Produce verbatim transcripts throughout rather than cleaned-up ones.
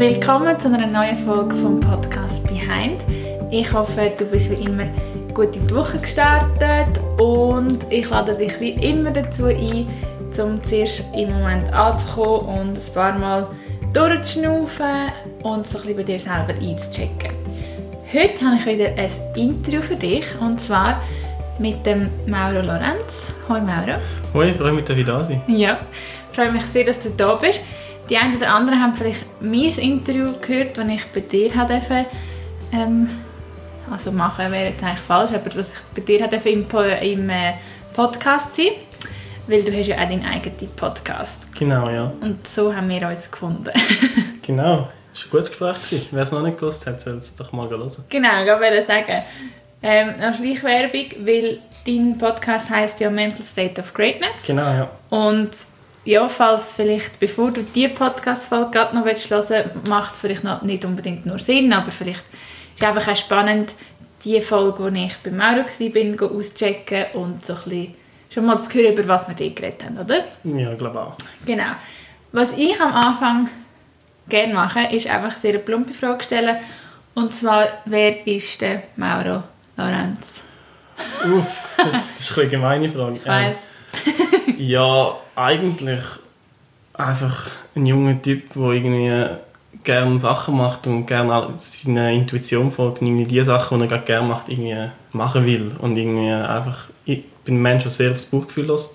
Willkommen zu einer neuen Folge vom Podcast Behind. Ich hoffe, du bist wie immer gut in die Woche gestartet und ich lade dich wie immer dazu ein, um zuerst im Moment anzukommen und ein paar Mal durchzuschnaufen und so ein bisschen bei dir selber einzuchecken. Heute habe ich wieder ein Interview für dich und zwar mit dem Mauro Lorenz. Hoi Mauro. Hoi, ich freue mich, dass ich da sein. Ja, ich freue mich sehr, dass du da bist. Die einen oder anderen haben vielleicht mein Interview gehört, das ich bei dir durfte, ähm, also machen wäre jetzt eigentlich falsch, aber was ich bei dir durfte im, im äh, Podcast sein, weil du hast ja auch deinen eigenen Podcast. Genau, ja. Und so haben wir uns gefunden. Genau, es war ein gutes Gespräch. Wer es noch nicht gewusst hat, soll es doch mal hören. Genau, ich wollte sagen. Ähm, noch Schleichwerbung, weil dein Podcast heisst ja Mental State of Greatness. Genau, ja. Und ja, falls vielleicht, bevor du diese Podcast-Folge gerade noch hören willst, macht es vielleicht noch nicht unbedingt nur Sinn, aber vielleicht ist es einfach auch spannend, die Folge, wo ich bei Mauro war, auszuchecken und so ein bisschen schon mal zu hören, über was wir dort geredet haben, oder? Ja, ich glaube auch. Genau. Was ich am Anfang gerne mache, ist einfach sehr eine plumpe Frage stellen, und zwar, wer ist der Mauro Lorenz? Uff, das ist eine gemeine Frage. Ich weiss. Ähm, ja, eigentlich einfach ein junger Typ, der irgendwie gerne Sachen macht und gerne seiner Intuition folgt und irgendwie die Sachen, die er gerade gerne macht, irgendwie machen will. Und irgendwie einfach, ich bin ein Mensch, der sehr aufs Bauchgefühl lässt.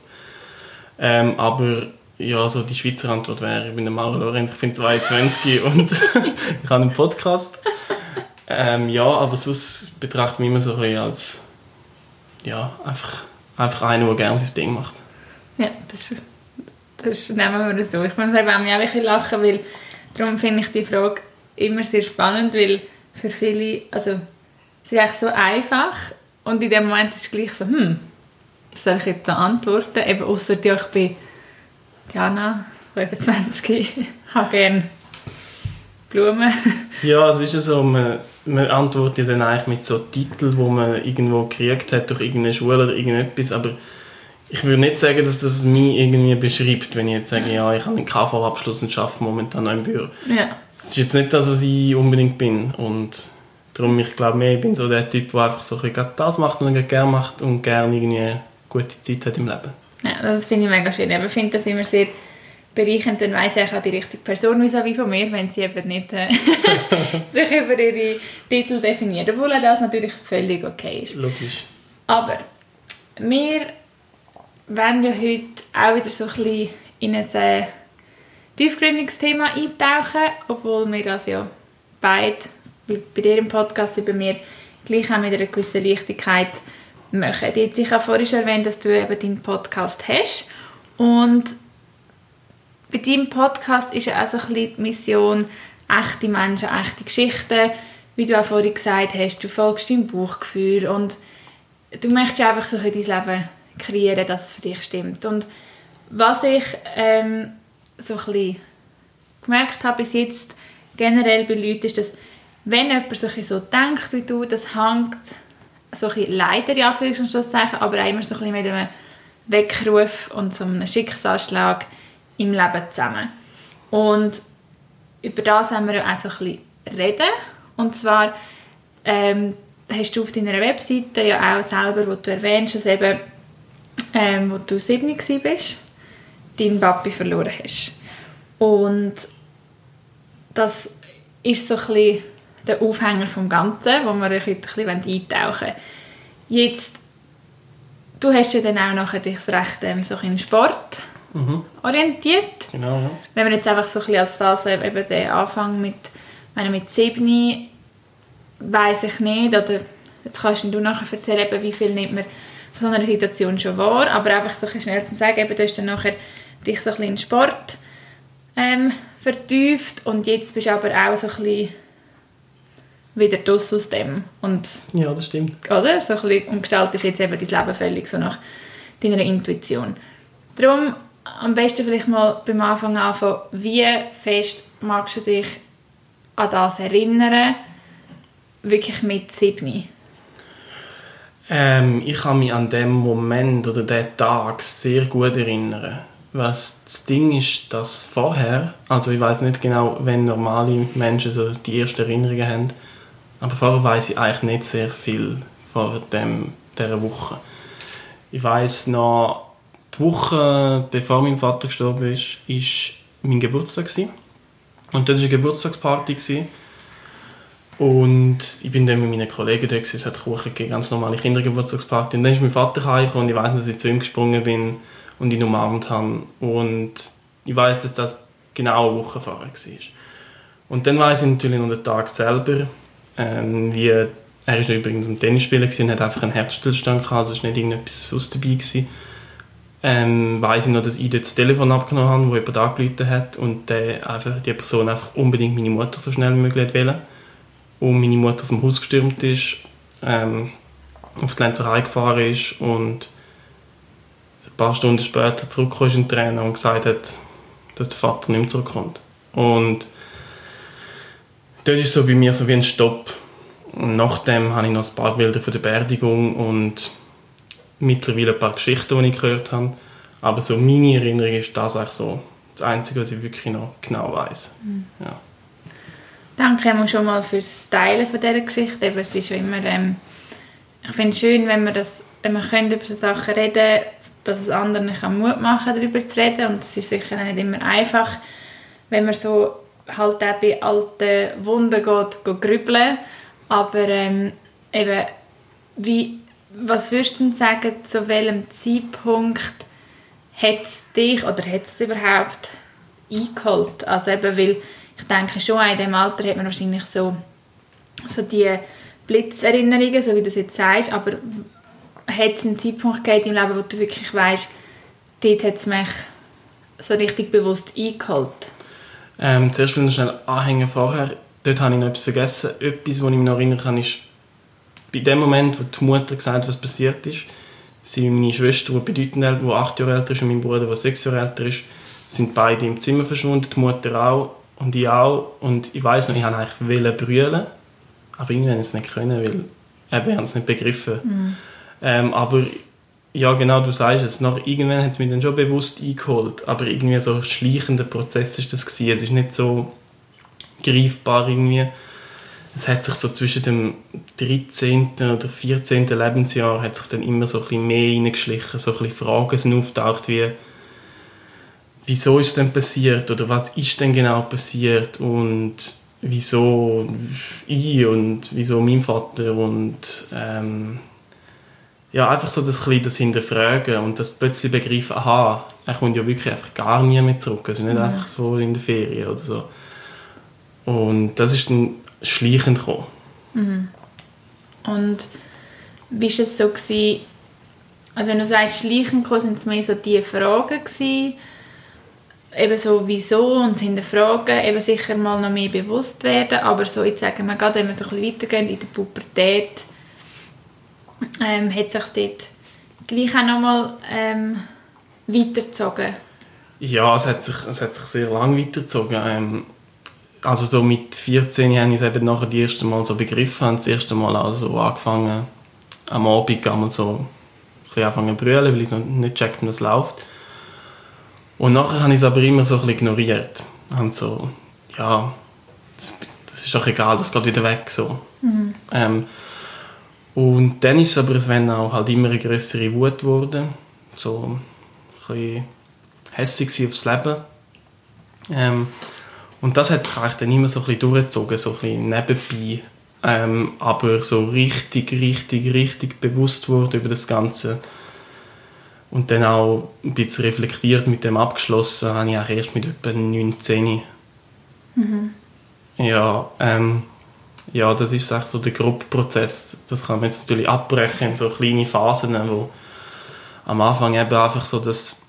Ähm, aber ja, so die Schweizer Antwort wäre, ich bin der Mauro Lorenz, ich bin zweiundzwanzig und ich habe einen Podcast. Ähm, ja, aber sonst betrachtet mich immer so ein bisschen als ja, einfach, einfach einer, der gerne sein Ding macht. Ja, das, das nehmen wir das so. Ich muss eben auch ein bisschen lachen, weil darum finde ich die Frage immer sehr spannend, weil für viele, also es ist echt so einfach und in dem Moment ist es gleich so, hm, was soll ich jetzt da antworten? Eben ausser ja, ich bin Diana, fünfundzwanzig, habe gerne Blumen. Ja, es ist ja so, man, man antwortet dann eigentlich mit so Titeln, die man irgendwo gekriegt hat durch irgendeine Schule oder irgendetwas, aber ich würde nicht sagen, dass das mich irgendwie beschreibt, wenn ich jetzt sage, ja, ich habe einen K V-Abschluss und arbeite momentan noch im Büro. Ja. Das ist jetzt nicht das, was ich unbedingt bin und darum, ich glaube mehr, ich bin so der Typ, der einfach so ein bisschen das macht und er gerne macht und gerne irgendwie eine gute Zeit hat im Leben. Ja, das finde ich mega schön. Ich finde das immer sehr bereichend, dann weiss ich auch die richtige Person vis-à-vis von mir, wenn sie eben nicht äh, sich über ihre Titel definiert. Obwohl das natürlich völlig okay ist. Logisch. Aber wir wollen ja heute auch wieder so ein bisschen in ein äh, tiefgründiges Thema eintauchen, obwohl wir das ja beide, wie bei dir im Podcast, wie bei mir, gleich auch mit einer gewissen Leichtigkeit machen. Jetzt, ich habe vorhin schon erwähnt, dass du eben deinen Podcast hast und bei deinem Podcast ist ja auch so ein bisschen die Mission, echte Menschen, echte Geschichten. Wie du auch vorhin gesagt hast, du folgst deinem Bauchgefühl und du möchtest einfach so ein bisschen dein Leben kreieren, dass es für dich stimmt. Und was ich ähm, so ein bisschen gemerkt habe bis jetzt generell bei Leuten, ist, dass wenn jemand so, so denkt wie du, das hängt so ein bisschen leider, ja, für Schlusszeichen, aber auch immer so ein bisschen mit einem Weckruf und so einem Schicksalsschlag im Leben zusammen. Und über das wollen wir auch so ein bisschen reden. Und zwar ähm, hast du auf deiner Webseite ja auch selber, wo du erwähnst, dass eben, ähm, wo du sieben warst, deinen Papi verloren hast. Und das ist so ein bisschen der Aufhänger vom Ganzen, wo wir heute ein bisschen eintauchen wollen. Jetzt, du hast ja dann auch nachher dich recht ähm, so in Sport mhm. orientiert. Genau, ja. Wenn wir jetzt einfach so ein bisschen als das, äh, eben den Anfang mit, meine, mit sieben, weiss ich nicht, oder jetzt kannst du nachher erzählen, eben, wie viel nimmt man von so einer Situation schon wahr, aber einfach so ein schnell zu sagen, eben, du hast dann nachher dich so ein bisschen in Sport ähm, vertieft und jetzt bist du aber auch so ein bisschen wieder draus aus dem. Und, ja, das stimmt. Oder? So ein bisschen, und gestaltest jetzt eben dein Leben völlig so nach deiner Intuition. Darum am besten vielleicht mal beim Anfang anfangen, wie fest magst du dich an das erinnern, wirklich mit sieben? Ähm, ich kann mich an den Moment oder den Tag sehr gut erinnern. Was das Ding ist, dass vorher, also ich weiß nicht genau, wenn normale Menschen so die ersten Erinnerungen haben, aber vorher weiss ich eigentlich nicht sehr viel von dem, dieser Woche. Ich weiss noch, die Woche, bevor mein Vater gestorben ist, war mein Geburtstag gewesen. Und das war eine Geburtstagsparty gewesen. Und ich bin dann mit meinen Kollegen da, es hat Kuchen gegeben, ganz normale Kindergeburtstagsparty. Und dann ist mein Vater heimgekommen und ich weiss, dass ich zu ihm gesprungen bin und ihn umarmt habe. Und ich weiss, dass das genau eine Woche vorher war. Und dann weiss ich natürlich noch den Tag selber, ähm, wie, er war übrigens am Tennisspielen und hat einfach einen Herzstillstand gehabt, also es war nicht irgendetwas sonst dabei gewesen. Ähm, weiss ich noch, dass ich das Telefon abgenommen habe, wo jemand angerufen hat und der einfach, die Person einfach unbedingt meine Mutter so schnell wie möglich wollte. Und meine Mutter aus dem Haus gestürmt ist, ähm, auf die Lenzerei gefahren ist und ein paar Stunden später zurückgekommen ist in Tränen und gesagt hat, dass der Vater nicht mehr zurückkommt. Und das ist so bei mir so wie ein Stopp. Und nachdem habe ich noch ein paar Bilder von der Beerdigung und mittlerweile ein paar Geschichten, die ich gehört habe. Aber so meine Erinnerung ist das eigentlich so das Einzige, was ich wirklich noch genau weiss. Mhm. Ja. Danke schon mal fürs Teilen von dieser Geschichte. Eben, es ist immer, ähm, ich finde es schön, wenn wir, das, wenn wir können über solche Sachen reden können, dass es anderen kann Mut machen kann, darüber zu reden. Und es ist sicher nicht immer einfach, wenn man so halt auch bei alten Wunden geht, geht grübeln. Aber ähm, eben, wie, was würdest du denn sagen, zu welchem Zeitpunkt hat es dich oder hat es überhaupt eingeholt? Also eben, weil ich denke schon, in diesem Alter hat man wahrscheinlich so, so die Blitzerinnerungen, so wie du das jetzt sagst, aber hat es einen Zeitpunkt gegeben im Leben, wo du wirklich weißt, dort hat es mich so richtig bewusst eingeholt? Ähm, zuerst will ich schnell anhängen vorher. Dort habe ich noch etwas vergessen. Etwas, was ich mich noch erinnern kann, ist, bei dem Moment, wo die Mutter gesagt hat, was passiert ist, sind meine Schwester, die bedeutend älter, die acht Jahre älter ist, und mein Bruder, der sechs Jahre älter ist, sind beide im Zimmer verschwunden, die Mutter auch und ich auch. Und ich weiss noch, ich wollte eigentlich brüllen, aber irgendwie konnte ich es nicht können, weil eben, ich habe es nicht begriffen. Mhm. Ähm, aber ja, genau, du sagst es, nach, irgendwann hat es mich dann schon bewusst eingeholt, aber irgendwie so ein schleichender Prozess ist das gewesen. Es ist nicht so greifbar irgendwie. Es hat sich so zwischen dem dreizehnten oder vierzehnten Lebensjahr hat sich dann immer so ein bisschen mehr reingeschlichen, so ein bisschen Fragen sind auftaucht, wie wieso ist es denn passiert oder was ist denn genau passiert und wieso ich und wieso mein Vater und ähm, ja, einfach so das, das Hinterfragen und das plötzlich begreifen, aha, er kommt ja wirklich einfach gar nie mehr zurück, also nicht mhm. einfach so in der Ferien oder so. Und das ist dann schleichend gekommen. Mhm. Und wie war es so gewesen, also wenn du sagst schleichend gekommen, sind es mehr so die Fragen gewesen, eben so wieso und das Hinterfragen, eben sicher mal noch mehr bewusst werden, aber so, jetzt sagen wir gerade, wenn wir so ein bisschen weitergehen in der Pubertät, ähm, hat sich dort gleich auch noch mal ähm, weitergezogen? Ja, es hat sich, es hat sich sehr lange weitergezogen. Ähm, also so mit vierzehn habe ich es eben nachher das erste Mal so begriffen, das erste Mal also angefangen, am Abend einmal so ein bisschen angefangen zu brüllen, weil ich noch nicht checkt, wie es läuft. Und nachher habe ich es aber immer so ein bisschen ignoriert. Und so, ja, das, das ist doch egal, das geht wieder weg. So. Mhm. Ähm, und dann ist es aber, es wenn auch halt immer eine grössere Wut geworden. So ein bisschen hässig aufs Leben. Ähm, und das hat sich eigentlich dann immer so ein bisschen durchgezogen, so ein bisschen nebenbei. Ähm, aber so richtig, richtig, richtig bewusst wurde über das Ganze. Und dann auch ein bisschen reflektiert mit dem abgeschlossen, habe ich auch erst mit etwa neunzehn. Mhm. Ja, ähm, ja, das ist echt so der Gruppenprozess. Das kann man jetzt natürlich abbrechen in so kleine Phasen, wo am Anfang eben einfach so das,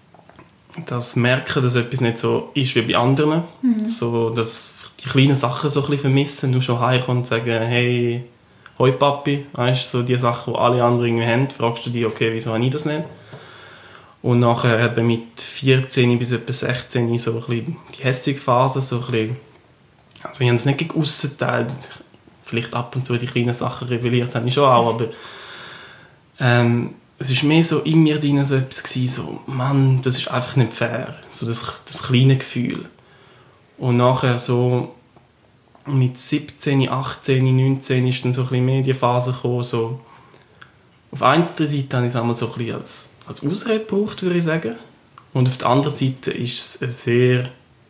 das Merken, dass etwas nicht so ist wie bei anderen. Mhm. So, dass die kleinen Sachen so ein bisschen vermissen, du schon heimkommst und sagen, hey, hoi Papi, weißt du, so die Sachen, die alle anderen irgendwie haben, fragst du dich, okay, wieso habe ich das nicht? Und nachher eben mit vierzehn bis etwa sechzehn so ein bisschen die hässliche Phase, so ein bisschen, also ich habe es nicht gegen aussen geteilt, vielleicht ab und zu die kleinen Sachen rebelliert habe ich schon auch, aber ähm, es ist mehr so in mir drin so etwas gewesen, so, Mann, das ist einfach nicht fair. So das, das kleine Gefühl. Und nachher so mit siebzehn, achtzehn, neunzehn ist dann so ein bisschen mehr die Phase gekommen, so auf einer Seite habe ich es einmal so ein bisschen als, als Ausrede gebraucht, würde ich sagen. Und auf der anderen Seite ist es eine sehr,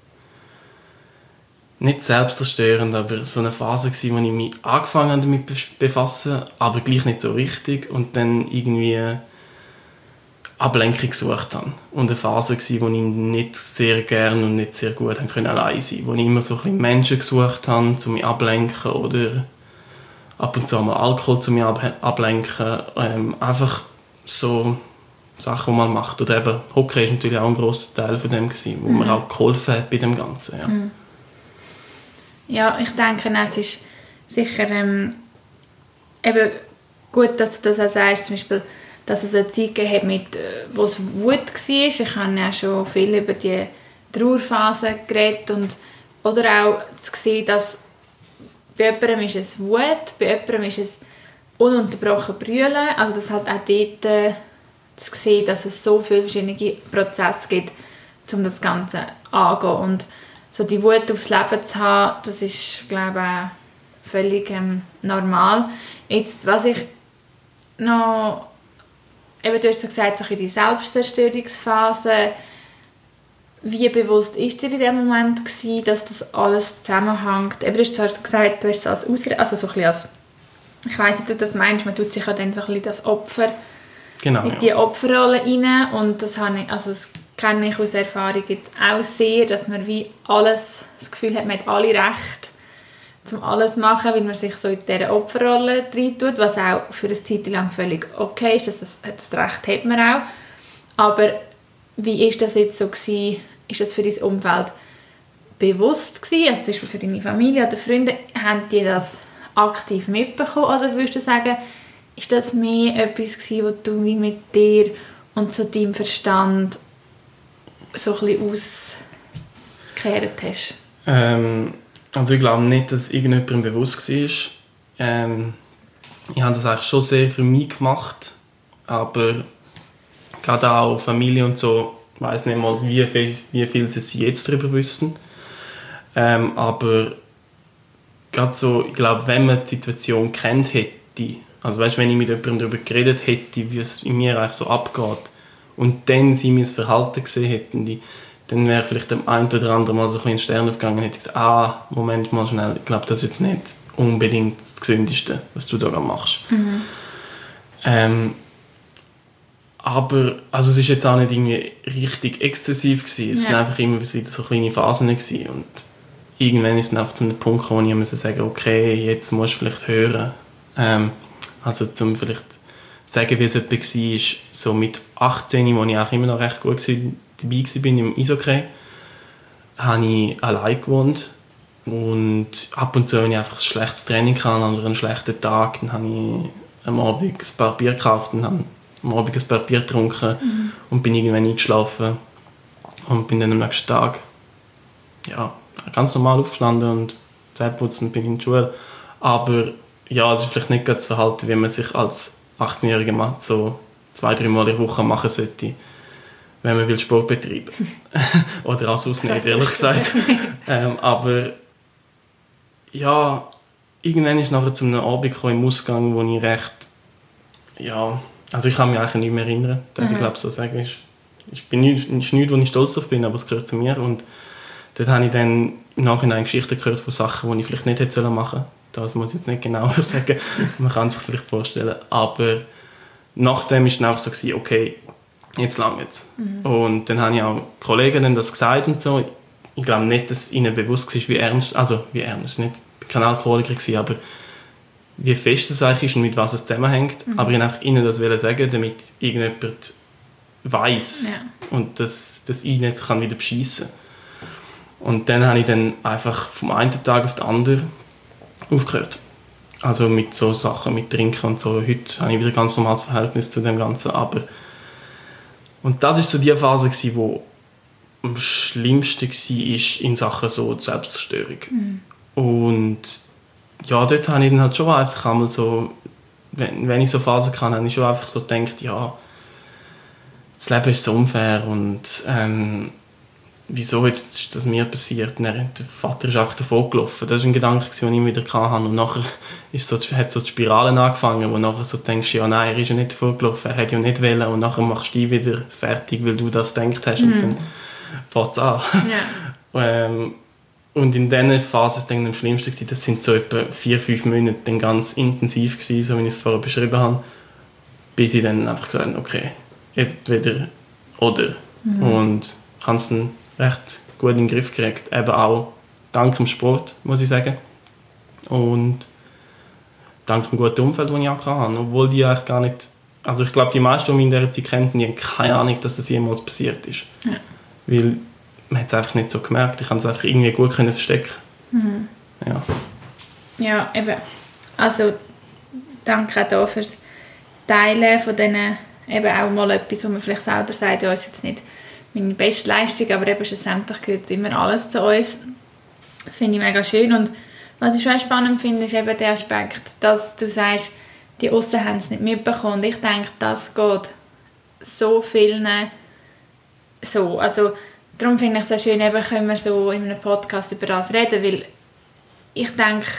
nicht selbstzerstörend, aber so eine Phase gewesen, wo ich mich angefangen habe damit befassen, aber gleich nicht so richtig und dann irgendwie Ablenkung gesucht habe. Und eine Phase gewesen, wo ich nicht sehr gerne und nicht sehr gut allein sein konnte, wo ich immer so ein bisschen Menschen gesucht habe, um mich ablenken oder ab und zu mal Alkohol zu mir ab- ablenken. Ähm, einfach so Sachen, die man macht. Oder eben, Hockey war natürlich auch ein grosser Teil von dem, gewesen, wo mhm. mir auch geholfen hat bei dem Ganzen. Ja, mhm. ja ich denke, es ist sicher ähm, eben gut, dass du das auch sagst, zum Beispiel, dass es eine Zeit gegeben hat, mit, wo es Wut war. Ich habe ja schon viel über die Trauerphase geredet und, oder auch zu sehen, dass bei jemandem ist es Wut, bei jemandem ist es ununterbrochen Brüllen. Also das halt auch dort äh, zu sehen, dass es so viele verschiedene Prozesse gibt, um das Ganze anzugehen. Und so die Wut aufs Leben zu haben, das ist, glaube ich, auch völlig ähm, normal. Jetzt, was ich noch... Eben, du hast so gesagt, so in die Selbstzerstörungsphase. Wie bewusst war dir in dem Moment gewesen, dass das alles zusammenhängt? Eben, du hast zwar gesagt, du hast es als Ausrede, also so ein bisschen als, ich weiss nicht, wie du das meinst, man tut sich ja dann so ein bisschen das Opfer genau, in ja. die Opferrolle rein und das, habe ich, also das kenne ich aus Erfahrung jetzt auch sehr, dass man wie alles, das Gefühl hat, man hat alle Rechte zum alles machen, weil man sich so in diese Opferrolle reintut, was auch für eine Zeit lang völlig okay ist, das, das Recht hat man auch. Aber wie ist das jetzt so gewesen? Ist das für dein Umfeld bewusst gewesen? Also zum Beispiel für deine Familie oder Freunde, haben die das aktiv mitbekommen? Oder würdest du sagen, ist das mehr etwas gewesen, was du wie mit dir und so deinem Verstand so ein bisschen ausgekehrt hast? Ähm, also ich glaube nicht, dass irgendjemandem bewusst war. Ähm, ich habe das eigentlich schon sehr für mich gemacht, aber gerade auch Familie und so, ich weiss nicht mal, wie viel, wie viel sie jetzt darüber wissen. Ähm, aber gerade so, ich glaube, wenn man die Situation kennt hätte, also weißt, wenn ich mit jemandem darüber geredet hätte, wie es in mir eigentlich so abgeht, und dann sie mein Verhalten gesehen hätten, die, dann wäre vielleicht dem einen oder anderen mal so ein Stern aufgegangen und hätte gesagt, ah, Moment mal schnell, ich glaube, das ist jetzt nicht unbedingt das Gesündeste, was du da machst. Mhm. Ähm, aber, also es war jetzt auch nicht irgendwie richtig exzessiv gewesen. Es ja. waren einfach immer wieder so kleine Phasen gewesen. Und irgendwann ist es einfach zu einem Punkt gekommen, wo ich musste sagen, okay, jetzt musst du vielleicht hören. Ähm, also zum vielleicht sagen, wie es etwa war, so mit achtzehn, wo ich auch immer noch recht gut war, dabei war im Eishockey, habe ich allein gewohnt. Und ab und zu, wenn ich einfach ein schlechtes Training hatte oder einen schlechten Tag, dann habe ich am Abend ein paar Bier gekauft und habe am Abend ein paar Bier getrunken mhm. und bin irgendwann eingeschlafen und bin dann am nächsten Tag ja, ganz normal aufgestanden und Zähne geputzt und bin in die Schule. Aber ja, es ist vielleicht nicht das Verhalten, wie man sich als achtzehnjähriger Mann so zwei, drei Mal in der Woche machen sollte, wenn man will Sport betreiben will. Oder auch sonst nicht, ehrlich gesagt. ähm, aber ja, irgendwann ist nachher zu einem Abend gekommen, im Ausgang, wo ich recht, ja, also ich kann mich eigentlich nicht mehr erinnern, darf mhm. ich glaube so sagen. Ich, ich bin nicht, ist nichts, wo ich stolz drauf bin, aber es gehört zu mir. Und dort habe ich dann im Nachhinein Geschichten gehört von Sachen, die ich vielleicht nicht hätte machen sollen. Das muss ich jetzt nicht genauer sagen, man kann es sich vielleicht vorstellen. Aber nachdem war es dann auch so, gewesen, okay, jetzt lang jetzt. Mhm. Und dann habe ich auch Kollegen das gesagt und so. Ich glaube nicht, dass ihnen bewusst war, wie ernst, also wie ernst, nicht, ich war kein Alkoholiker, aber wie fest es eigentlich ist und mit was es zusammenhängt. Mhm. Aber ich wollte ihnen das sagen, damit irgendjemand weiss ja. und dass, dass ich nicht kann wieder beschissen kann. Und dann habe ich dann einfach vom einen Tag auf den anderen aufgehört. Also mit so Sachen, mit Trinken und so. Heute habe ich wieder ein ganz normales Verhältnis zu dem Ganzen. Aber und das war so die Phase, die am schlimmsten war in Sachen so Selbstzerstörung. Mhm. Und ja, dort habe ich dann halt schon einfach einmal so wenn, wenn ich so Phasen kann, habe ich schon einfach so gedacht, ja, das Leben ist so unfair und ähm, wieso jetzt ist das mir passiert? Und dann, der Vater ist einfach davon gelaufen. Das war ein Gedanke, den ich wieder hatte. Und nachher ist so, hat so die Spirale angefangen, wo nachher so denkst, ja nein, er ist ja nicht davon gelaufen, er hätte ja nicht wollen und nachher machst du dich wieder fertig, weil du das gedacht hast mhm. und dann fängt es an. Ja. ähm, und in diesen Phasen war es am schlimmsten gewesen. Das sind so etwa vier, fünf Monate dann ganz intensiv gewesen, so wie ich es vorher beschrieben habe, bis ich dann einfach gesagt habe, okay, entweder oder. Mhm. Und habe es dann recht gut in den Griff gekriegt. Eben auch dank dem Sport, muss ich sagen. Und dank dem guten Umfeld, das ich auch hatte. Obwohl die eigentlich gar nicht... Also ich glaube, die meisten, die mich in dieser Zeit kennen, die haben keine Ahnung, dass das jemals passiert ist. Ja. Weil man hat es einfach nicht so gemerkt. Ich konnte es einfach irgendwie gut verstecken. Mhm. Ja. Ja, eben. Also danke auch da fürs Teilen von diesen... Eben auch mal etwas, wo man vielleicht selber sagt, ja, ist jetzt nicht meine beste Leistung, aber eben schlussendlich gehört immer alles zu uns. Das finde ich mega schön. Und was ich schon spannend finde, ist eben der Aspekt, dass du sagst, die Aussen haben es nicht mitbekommen. Und ich denke, das geht so vielen so. Also, darum finde ich es so schön, eben können wir so in einem Podcast über das reden, weil ich denke,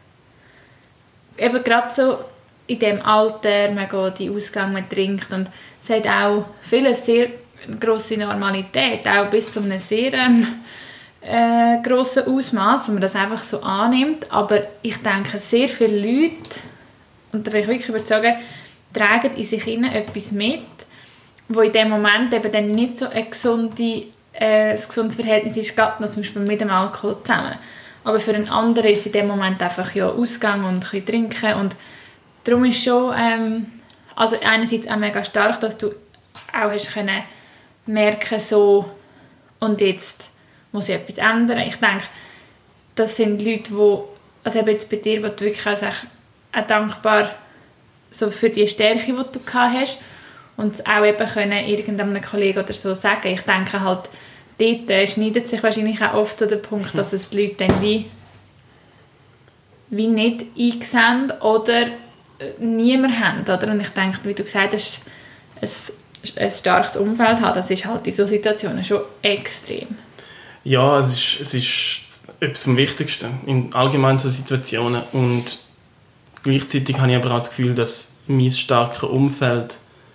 eben gerade so in dem Alter, man geht in den Ausgang, man trinkt und es hat auch vieles sehr grosse Normalität, auch bis zu einem sehr ähm, äh, grossen Ausmaß, wo man das einfach so annimmt. Aber ich denke, sehr viele Leute, und da bin ich wirklich überzeugt, tragen in sich innen etwas mit, wo in dem Moment eben dann nicht so ein, gesunde, äh, ein gesundes Verhältnis ist, gerade noch zum Beispiel mit dem Alkohol zusammen. Aber für einen anderen ist es in dem Moment einfach ja Ausgang und ein bisschen trinken und darum ist schon, ähm, also einerseits auch mega stark, dass du auch hast können merken so und jetzt muss ich etwas ändern. Ich denke, das sind Leute, die, also eben jetzt bei dir, wo du wirklich also auch dankbar so für die Stärke, die du gehabt hast und es auch eben können irgendeinem Kollegen oder so sagen. Ich denke halt, dort äh, schneidet sich wahrscheinlich auch oft so der Punkt, dass es die Leute dann wie, wie nicht einsehen oder niemand haben, oder? Und ich denke, wie du gesagt hast, ein, ein starkes Umfeld haben, das ist halt in solchen Situationen schon extrem. Ja, es ist, es ist etwas vom Wichtigsten in allgemeinen so Situationen und gleichzeitig habe ich aber auch das Gefühl, dass mein starkes Umfeld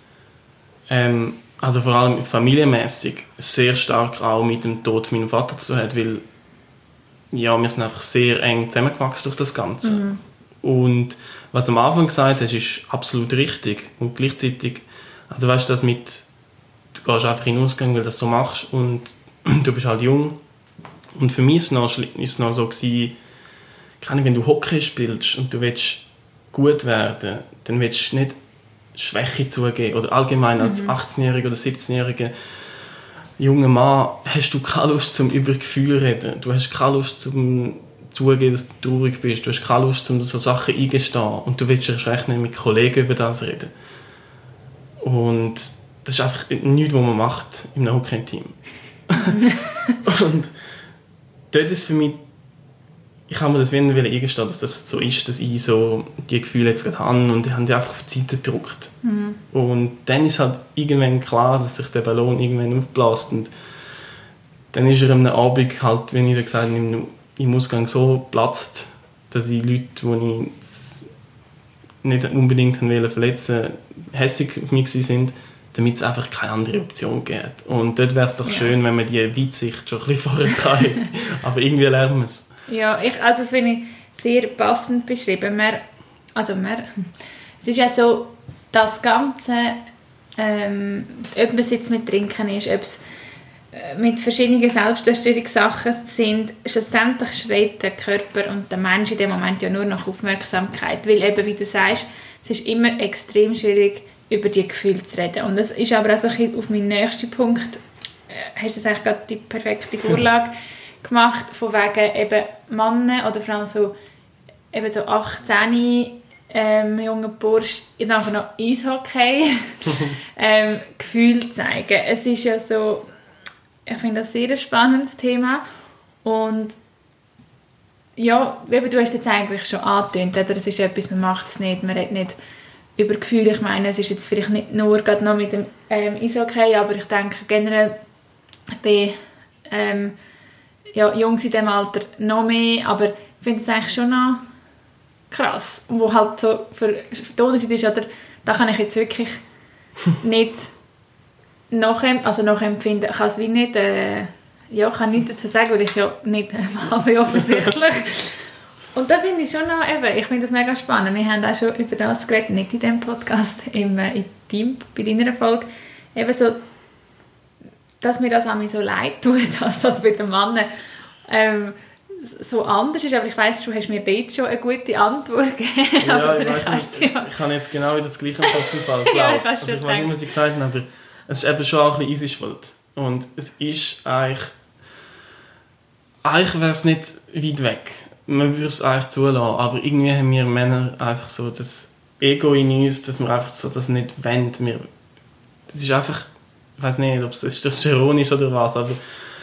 ähm, also vor allem familienmäßig sehr stark auch mit dem Tod meines Vaters zu tun hat, weil ja, wir sind einfach sehr eng zusammengewachsen durch das Ganze. Mhm. Und was du am Anfang gesagt hast, ist absolut richtig. Und gleichzeitig, also weißt du, das mit, du gehst einfach in den Ausgang, weil du das so machst und du bist halt jung. Und für mich war es noch so, gewesen, wenn du Hockey spielst und du willst gut werden, dann willst du nicht Schwäche zugeben. Oder allgemein als mhm. achtzehnjähriger oder siebzehnjähriger junger Mann hast du keine Lust zum über Gefühle reden. Du hast keine Lust zum zugeben, dass du traurig bist. Du hast keine Lust, um so Sachen eingestehen. Und du willst erst recht nicht mit Kollegen über das reden. Und das ist einfach nichts, was man macht in einem Hockey-Team. Und dort ist für mich, ich habe mir das wieder eingestehen, dass das so ist, dass ich so die Gefühle jetzt gerade habe und ich habe die einfach auf die Seite gedrückt. Mhm. Und dann ist halt irgendwann klar, dass sich der Ballon irgendwann aufbläst und dann ist er am Abend halt, wie ich gesagt habe, im, im Ausgang so platzt, dass ich Leute, die ich nicht unbedingt verletzen wollte, hässig auf mich sind, damit es einfach keine andere Option gibt. Und dort wäre es doch ja. schön, wenn man die Weitsicht schon ein bisschen vorher hat. Aber irgendwie lernen wir es. Ja, ich, also das finde ich sehr passend beschrieben. Man, also man, es ist ja so, das Ganze, ähm, ob es jetzt mit Trinken ist, ob es mit verschiedenen Selbstzerstörungssachen sind, schlussendlich schreit der Körper und der Mensch in dem Moment ja nur nach Aufmerksamkeit. Weil eben, wie du sagst, es ist immer extrem schwierig, über die Gefühle zu reden. Und das ist aber auch so ein bisschen auf meinen nächsten Punkt, äh, hast du das eigentlich gerade die perfekte Vorlage gemacht, von wegen eben Männer oder vor allem so, eben so achtzehn ähm, junge Bursch nachher noch Eishockey ähm, Gefühle zeigen. Es ist ja so, ich finde das sehr ein spannendes Thema und ja, eben, du hast es jetzt eigentlich schon angetönt, oder? Es ist etwas, man macht es nicht, man redet nicht über Gefühle. Ich meine, es ist jetzt vielleicht nicht nur gerade noch mit dem ähm, Eishockey, aber ich denke generell bei ähm, ja, Jungs in diesem Alter noch mehr, aber ich finde es eigentlich schon noch krass. Wo halt so für der Unterschied ist, oder, da kann ich jetzt wirklich nicht nachempfinden, also nachempfinden, ich kann es wie nicht, äh, ja, kann nichts dazu sagen, weil ich ja nicht mal offensichtlich. Und da finde ich schon noch, eben, ich finde das mega spannend. Wir haben auch schon über das geredet, nicht in diesem Podcast, im, äh, im Team, bei deiner Folge, eben so, dass mir das auch so leid tut, dass das bei den Männern ähm, so anders ist. Aber ich weiss, du hast mir dort schon eine gute Antwort gegeben. Ja, aber ich weiss nicht, ja. Ich habe jetzt genau das Gleiche im Kopf im Fall geglaubt. Ja, ich also ich weiß nicht, was ich gesagt habe, aber es ist eben schon auch ein bisschen easy schuld. Und es ist eigentlich, eigentlich wäre es nicht weit weg. Man würde es eigentlich zulassen, aber irgendwie haben wir Männer einfach so das Ego in uns, dass wir einfach so das nicht wollen. Wir, das ist einfach, ich weiß nicht, ob es Testosteron ist oder was, aber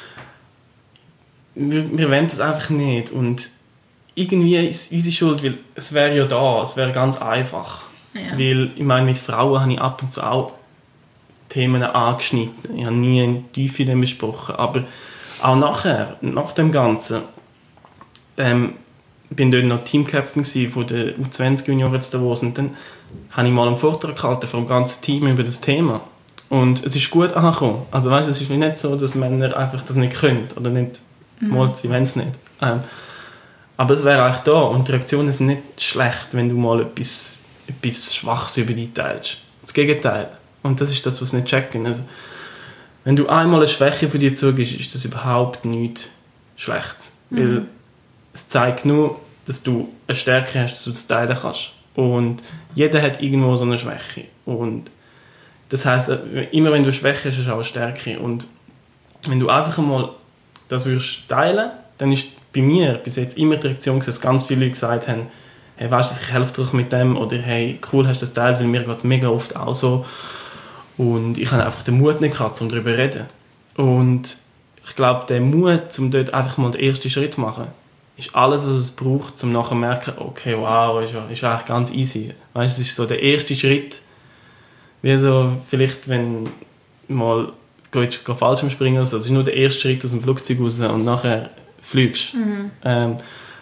wir, wir wollen das einfach nicht. Und irgendwie ist es unsere Schuld, weil es wäre ja da, es wäre ganz einfach. Ja. Weil, ich meine, mit Frauen habe ich ab und zu auch Themen angeschnitten. Ich habe nie in die Tiefe dem besprochen, aber auch nachher, nach dem Ganzen, ähm, ich war dort noch Teamcaptain von der U zwanzig Junioren zu Davos und dann habe ich mal einen Vortrag gehalten vom ganzen Team über das Thema. Und es ist gut angekommen. Also weißt, es ist nicht so, dass Männer einfach das nicht können oder nicht, mhm. mal, sie wollen es nicht. Ähm, aber es wäre eigentlich da und die Reaktionen sind nicht schlecht, wenn du mal etwas, etwas Schwaches über dich teilst. Das Gegenteil. Und das ist das, was sie nicht checken. Also, wenn du einmal eine Schwäche von dir zugibst, ist das überhaupt nichts Schlechtes. Mhm. Weil es zeigt nur, dass du eine Stärke hast, dass du das teilen kannst. Und jeder hat irgendwo so eine Schwäche. Und das heisst, immer wenn du eine Schwäche hast, hast du auch eine Stärke. Und wenn du einfach einmal das würdest teilen, dann ist bei mir bis jetzt immer die Reaktion, dass ganz viele Leute gesagt haben, hey, weißt du, ich helfe dir doch mit dem, oder hey, cool, hast du das teilt, weil mir geht es mega oft auch so. Und ich habe einfach den Mut nicht gehabt, um darüber zu reden. Und ich glaube, der Mut, um dort einfach mal den ersten Schritt zu machen, ist alles, was es braucht, um nachher zu merken, okay, wow, ist, ist eigentlich ganz easy. Weißt, es ist so der erste Schritt, wie so, vielleicht, wenn mal gehst, Fallschirm springen oder so, das ist nur der erste Schritt aus dem Flugzeug raus und nachher fliegst. Mhm. Ähm,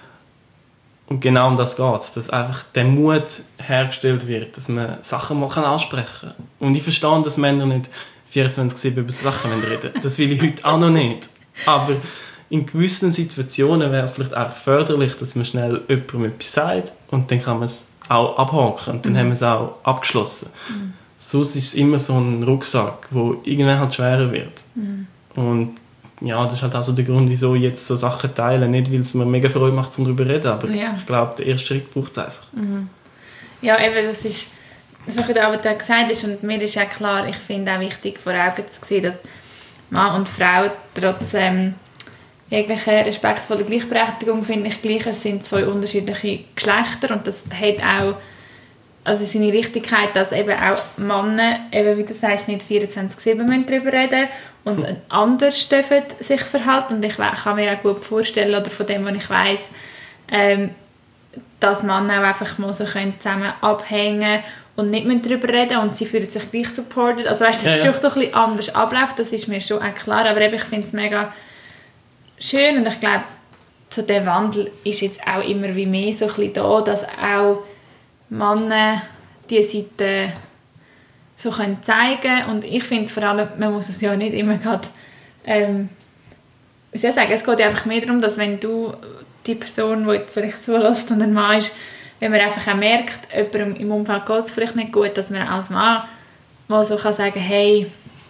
und genau um das geht es, dass einfach der Mut hergestellt wird, dass man Sachen mal ansprechen kann. Und ich verstehe, dass Männer nicht vierundzwanzig sieben über Sachen reden. Das will ich heute auch noch nicht. Aber in gewissen Situationen wäre es vielleicht auch förderlich, dass man schnell jemandem etwas sagt und dann kann man es auch abhaken und dann mhm. haben wir es auch abgeschlossen. Mhm. Sonst ist es immer so ein Rucksack, der irgendwann halt schwerer wird. Mhm. Und ja, das ist halt auch so der Grund, wieso ich jetzt so Sachen teile. Nicht, weil es mir mega Freude macht, um darüber zu reden, aber ja. Ich glaube, der erste Schritt braucht es einfach. Mhm. Ja, eben, das ist, was du gesagt hast, und mir ist auch klar, ich finde auch wichtig, vor Augen zu sehen, dass Mann und Frau trotz ähm, jeglicher respektvoller Gleichberechtigung, finde ich, gleich, es sind zwei unterschiedliche Geschlechter und das hat auch also seine Richtigkeit, dass eben auch Männer, eben wie du sagst, nicht vierundzwanzig sieben darüber reden und anders dürfen sich verhalten. Und ich kann mir auch gut vorstellen, oder von dem, was ich weiss, ähm, dass Männer auch einfach mal so können zusammen abhängen und nicht darüber reden und sie fühlen sich gleich supported. Also weißt, dass es ja, ja. schon ein bisschen anders abläuft, das ist mir schon auch klar. Aber eben, ich finde es mega schön und ich glaube, so der Wandel ist jetzt auch immer wie mehr so ein bisschen da, dass auch Männer diese Seite so können zeigen und ich finde vor allem, man muss es ja nicht immer gerade, ähm, wie soll ich sagen, es geht ja einfach mehr darum, dass wenn du die Person, die jetzt vielleicht zulässt und ein Mann ist, wenn man einfach auch merkt, jemandem im Umfeld geht es vielleicht nicht gut, dass man als Mann mal so kann sagen, hey,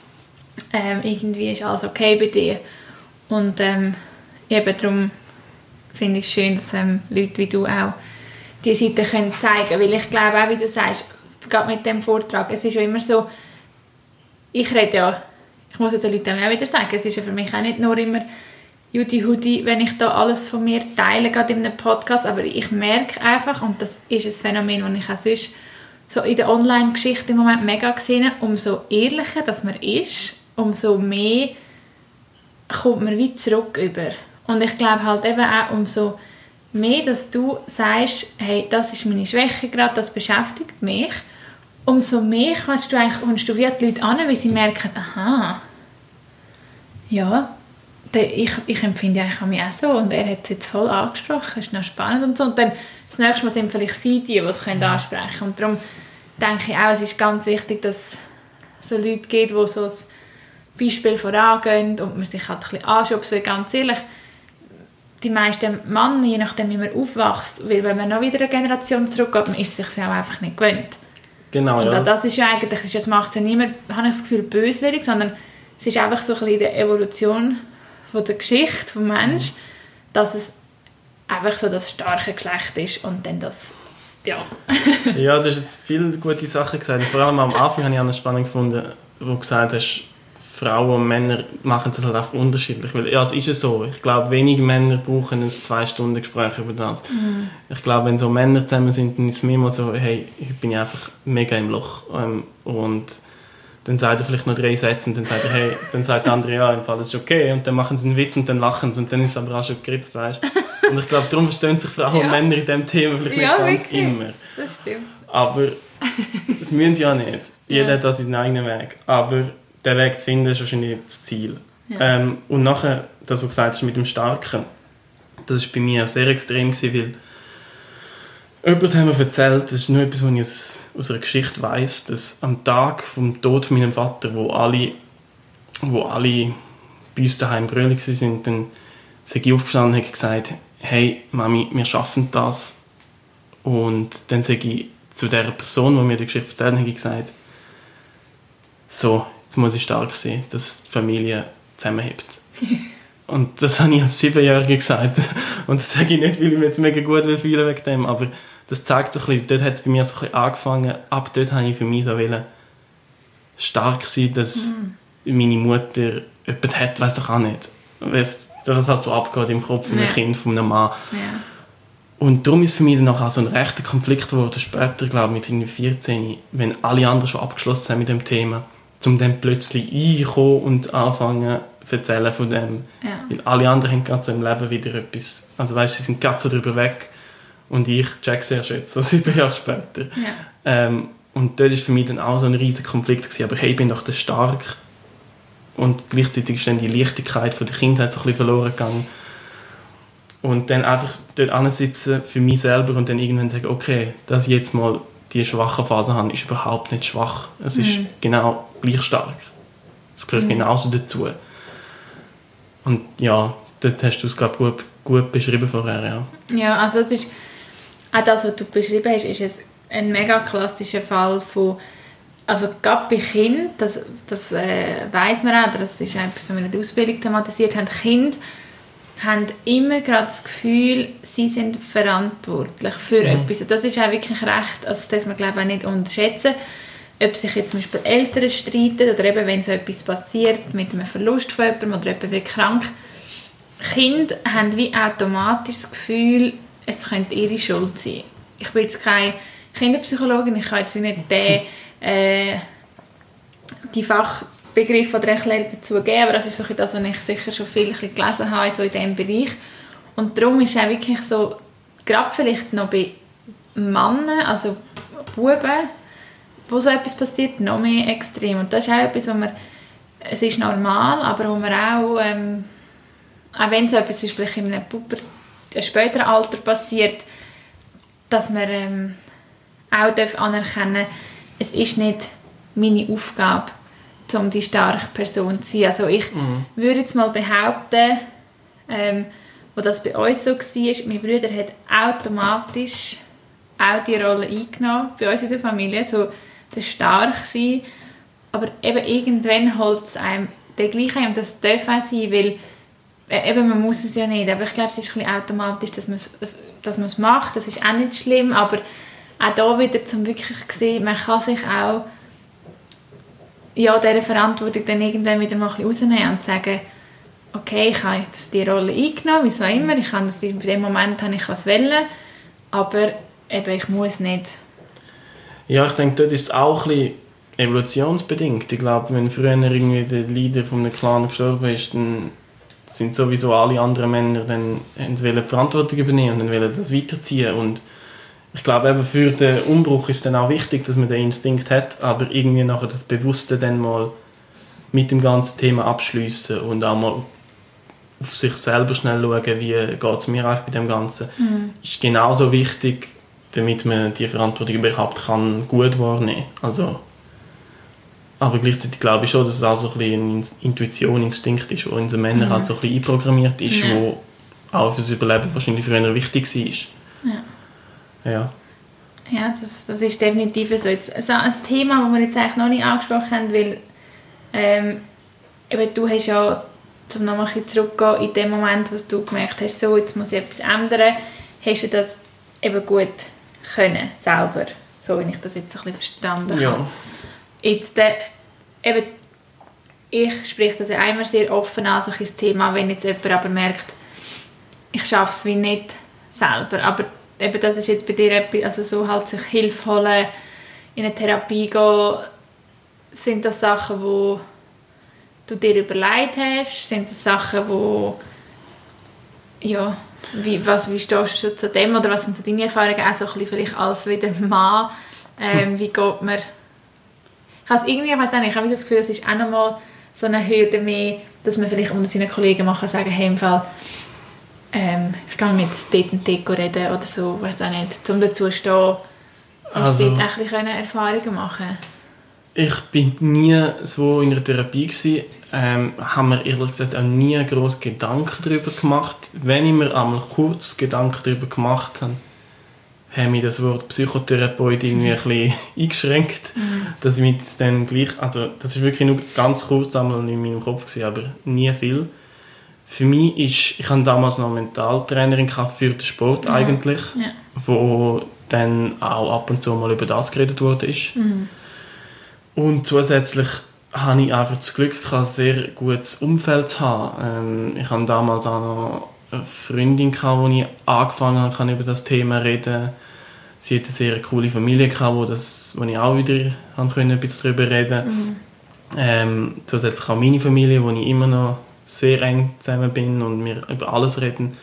ähm, irgendwie ist alles okay bei dir und ähm, eben darum finde ich es schön, dass ähm, Leute wie du auch die Seite können zeigen, weil ich glaube auch, wie du sagst, gerade mit dem Vortrag, es ist ja immer so, ich rede ja, ich muss es den Leuten auch wieder sagen, es ist ja für mich auch nicht nur immer Judy Hudi, wenn ich da alles von mir teile, gerade in einem Podcast, aber ich merke einfach, und das ist ein Phänomen, das ich auch sonst so in der Online-Geschichte im Moment mega gesehen, umso ehrlicher dass man ist, umso mehr kommt man wie zurück über. Und ich glaube halt eben auch, umso mehr, dass du sagst, hey, das ist meine Schwäche gerade, das beschäftigt mich umso mehr kannst du eigentlich, kommst du wie an die Leute an, weil sie merken, aha, ja, der, ich, ich empfinde eigentlich an mich auch so und er hat es jetzt voll angesprochen, ist noch spannend und so. Und dann das nächste Mal sind vielleicht sie die, die es können ansprechen können. Und darum denke ich auch, es ist ganz wichtig, dass es so Leute gibt, die so ein Beispiel vorangehen und man sich halt ein bisschen anschubst, weil ganz ehrlich, die meisten Männer, je nachdem wie man aufwächst, weil wenn man noch wieder eine Generation zurückgeht, man ist sich ja auch einfach nicht gewöhnt. Genau, und ja. Das ist ja eigentlich, das macht ja niemand, habe ich das Gefühl, böswillig, sondern es ist einfach so ein bisschen die Evolution von der Geschichte des Menschen, mhm. dass es einfach so das starke Geschlecht ist und dann das, ja. Ja, du hast jetzt viele gute Sachen gesagt. Vor allem am Anfang habe ich auch spannend gefunden, wo du gesagt hast, Frauen und Männer machen das halt einfach unterschiedlich. Weil, ja, es ist ja so. Ich glaube, wenige Männer brauchen ein zwei-Stunden-Gespräch über das. Mhm. Ich glaube, wenn so Männer zusammen sind, dann ist es mir mal so, hey, heute bin ich einfach mega im Loch. Ähm, und dann sagt er vielleicht noch drei Sätze und dann sagt er, hey, dann sagt der andere, ja, im Fall ist es okay. Und dann machen sie einen Witz und dann lachen sie und dann ist es aber auch schon geritzt, weißt du. Und ich glaube, darum verstehen sich Frauen ja. und Männer in diesem Thema vielleicht ja, nicht ganz wirklich. Immer. Das stimmt. Aber das müssen sie ja nicht. Jeder ja. hat da seinen eigenen Weg. Aber den Weg zu finden, ist wahrscheinlich das Ziel. Ja. Ähm, und nachher, das, was du gesagt hast mit dem Starken, das war bei mir sehr extrem, gewesen, weil jemand hat mir erzählt, das ist nur etwas, was ich aus, aus einer Geschichte weiss, dass am Tag vom Tod von meinem Vater, wo alle, wo alle bei uns daheim brüllig waren, dann bin ich aufgestanden und habe gesagt, hey Mami, wir schaffen das. Und dann sage ich zu der Person, die mir die Geschichte erzählt hat, habe ich gesagt, so, jetzt muss ich stark sein, dass die Familie zusammenhält. Und das habe ich als Siebenjähriger gesagt. Und das sage ich nicht, weil ich mich jetzt mega gut fühle wegen dem, aber das zeigt so ein bisschen, dort hat es bei mir so ein bisschen angefangen, ab dort habe ich für mich so wollen, stark sein, dass mhm. meine Mutter jemanden hat, weiss ich auch nicht. Weiss, das hat so abgeht im Kopf von einem ja. Kind, von einem Mann. Ja. Und darum ist für mich dann auch so ein rechter Konflikt geworden, später, glaube ich, mit vierzehn, wenn alle anderen schon abgeschlossen haben mit dem Thema, um dann plötzlich reinkommen und anfangen zu erzählen von dem. Ja. Weil alle anderen haben gerade so im Leben wieder etwas, also weißt, sie sind gerade so drüber weg und ich check sehr schätze, so sieben Jahre später. Ja. Ähm, und dort war für mich dann auch so ein riesiger Konflikt gewesen, aber hey, ich bin doch der stark. Und gleichzeitig ist dann die Leichtigkeit von der Kindheit so ein bisschen verloren gegangen. Und dann einfach dort ansitzen für mich selber und dann irgendwann sagen, okay, dass ich jetzt mal die schwache Phase habe, ist überhaupt nicht schwach. Es mhm. ist genau gleich stark. Es gehört mhm. genauso dazu. Und ja, dort hast du es gerade gut, gut beschrieben vorher. Ja. ja, also es ist, auch das, was du beschrieben hast, ist ein mega klassischer Fall von, also gerade bei Kindern, das, das äh, weiss man auch, das ist etwas, was wir in der Ausbildung thematisiert haben, Kinder haben immer gerade das Gefühl, sie sind verantwortlich für mhm. etwas. Und das ist auch wirklich recht, also das darf man glaube ich auch nicht unterschätzen, ob sich jetzt zum Beispiel Eltern streiten oder eben wenn so etwas passiert mit einem Verlust von jemandem oder jemand wird krank. Kinder haben wie automatisch das Gefühl, es könnte ihre Schuld sein. Ich bin jetzt keine Kinderpsychologin, ich kann jetzt wie nicht den, äh, die Fachbegriff oder Erklärung dazu geben, aber das ist so das, was ich sicher schon viel gelesen habe so in diesem Bereich. Und darum ist es auch wirklich so, gerade vielleicht noch bei Männern, also Buben, wo so etwas passiert, noch mehr extrem. Und das ist auch etwas, wo man, es ist normal, aber wo man auch, ähm, auch wenn so etwas zum Beispiel in einem Puber, einem späteren Alter passiert, dass man ähm, auch darf anerkennen, es ist nicht meine Aufgabe, um die starke Person zu sein. Also ich mhm. würde jetzt mal behaupten, ähm, wo das bei uns so war, mein Bruder hat automatisch auch die Rolle eingenommen bei uns in der Familie, so der stark sein, aber eben irgendwann holt es einem den gleichen und das darf auch sein, weil äh, eben, man muss es ja nicht, aber ich glaube, es ist ein bisschen automatisch, dass man es, dass man es macht, das ist auch nicht schlimm, aber auch da wieder zum wirklich sehen, man kann sich auch ja, diese Verantwortung dann irgendwann wieder mal ein bisschen rausnehmen und sagen, okay, ich habe jetzt die Rolle eingenommen, wieso immer, ich kann das, in dem Moment habe ich was wollen, aber eben, ich muss nicht. Ja, ich denke, dort ist es auch ein bisschen evolutionsbedingt. Ich glaube, wenn früher irgendwie der Leader von einem Clan gestorben ist, dann sind sowieso alle anderen Männer dann die Verantwortung übernehmen und dann wollen das weiterziehen. Und ich glaube, eben für den Umbruch ist dann auch wichtig, dass man den Instinkt hat, aber irgendwie nachher das Bewusste dann mal mit dem ganzen Thema abschliessen und auch mal auf sich selber schnell schauen, wie geht es mir eigentlich bei dem Ganzen, mhm. ist genauso wichtig, damit man die Verantwortung überhaupt kann gut wahrnehmen kann. Also, aber gleichzeitig glaube ich schon, dass es auch so ein bisschen eine Intuition, Instinkt ist, der in den Männern mhm. halt so ein bisschen einprogrammiert ist, ja. wo auch für das Überleben wahrscheinlich früher wichtig war. Ja. Ja, ja das, das ist definitiv so. Jetzt, also ein Thema, das wir jetzt eigentlich noch nicht angesprochen haben, weil ähm, eben du hast ja, um noch mal ein bisschen zurückzugehen, in dem Moment, wo du gemerkt hast, so, jetzt muss ich etwas ändern, hast du das eben gut können, selber, so wie ich das jetzt ein bisschen verstanden habe. Ja. Jetzt, äh, eben, ich spreche das ja immer sehr offen an, so ein Thema, wenn jetzt jemand aber merkt, ich schaffe es wie nicht selber, aber eben das ist jetzt bei dir etwas, also so halt sich Hilfe holen, in eine Therapie gehen, sind das Sachen, die du dir überlegt hast, sind das Sachen, wo ja, wie, was, wie stehst du zu dem oder was sind so deine Erfahrungen, auch so ein bisschen vielleicht als wieder Mann, ähm, wie geht man, ich habe irgendwie, ich weiß nicht, ich habe das Gefühl, es ist auch nochmal so eine Hürde mehr, dass man vielleicht unter seinen Kollegen machen sagen, hey, im Fall, ähm, ich kann jetzt dort und dort reden oder so, ich weiß auch nicht, um dazu zu stehen, hast du also, dort ein bisschen Erfahrungen machen? Ich bin nie so in einer Therapie gewesen, ähm, haben mir ehrlich gesagt auch nie gross Gedanken darüber gemacht. Wenn ich mir einmal kurz Gedanken darüber gemacht habe, haben mich das Wort Psychotherapeut irgendwie ein bisschen eingeschränkt, mhm. dass ich mich dann gleich, also das ist wirklich nur ganz kurz einmal in meinem Kopf gewesen, aber nie viel. Für mich ist, ich hatte damals noch eine Mentaltrainerin für den Sport ja. eigentlich, ja. wo dann auch ab und zu mal über das geredet wurde. Mhm. Und zusätzlich hatte ich einfach das Glück, ein sehr gutes Umfeld zu haben. Ähm, ich hatte damals auch noch eine Freundin, mit der ich angefangen habe, über das Thema zu reden. Sie hatte eine sehr coole Familie, wo, das, wo ich auch wieder ein bisschen darüber reden konnte. Mhm. Ähm, zusätzlich auch meine Familie, wo ich immer noch sehr eng zusammen bin und wir über alles reden.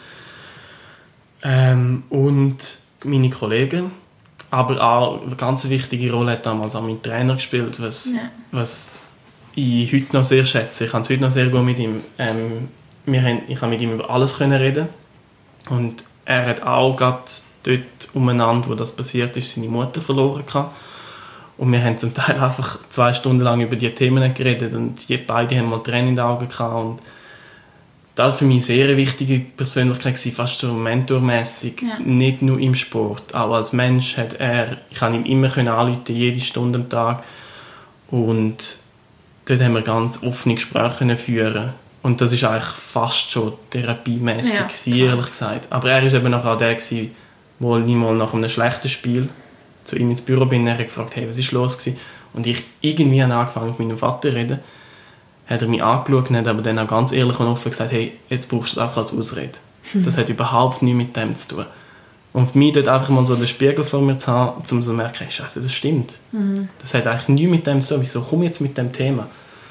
Ähm, und meine Kollegen. Aber auch eine ganz wichtige Rolle hat damals auch mein Trainer gespielt, was, ja. was ich heute noch sehr schätze. Ich kann es heute noch sehr gut mit ihm. Ähm, wir haben, ich konnte mit ihm über alles reden. Und er hat auch gerade dort umeinander, wo das passiert ist, seine Mutter verloren gehabt. Und wir haben zum Teil einfach zwei Stunden lang über diese Themen geredet und beide haben mal Tränen in den Augen gehabt. Und das war für mich eine sehr wichtige Persönlichkeit, fast so mentormässig, ja. Nicht nur im Sport. Auch als Mensch hat er, ich konnte ihm immer anrufen, jede Stunde am Tag. Und dort haben wir ganz offene Gespräche führen. Und das war eigentlich fast schon therapiemässig, ja, ehrlich gesagt. Aber er war eben auch der, der ich mal nach einem schlechten Spiel zu ihm ins Büro bin. Er hat gefragt, hey, was ist los gewesen? Und ich irgendwie habe angefangen, auf meinen Vater zu reden. Hat er mich angeschaut und hat aber dann auch ganz ehrlich und offen gesagt, hey, jetzt brauchst du es einfach als Ausrede. Mhm. Das hat überhaupt nichts mit dem zu tun. Und für mich dort einfach mal so den Spiegel vor mir zu haben, um so zu merken, hey, Scheiße, das stimmt. Mhm. Das hat eigentlich nichts mit dem zu tun. Wieso komme ich jetzt mit dem Thema?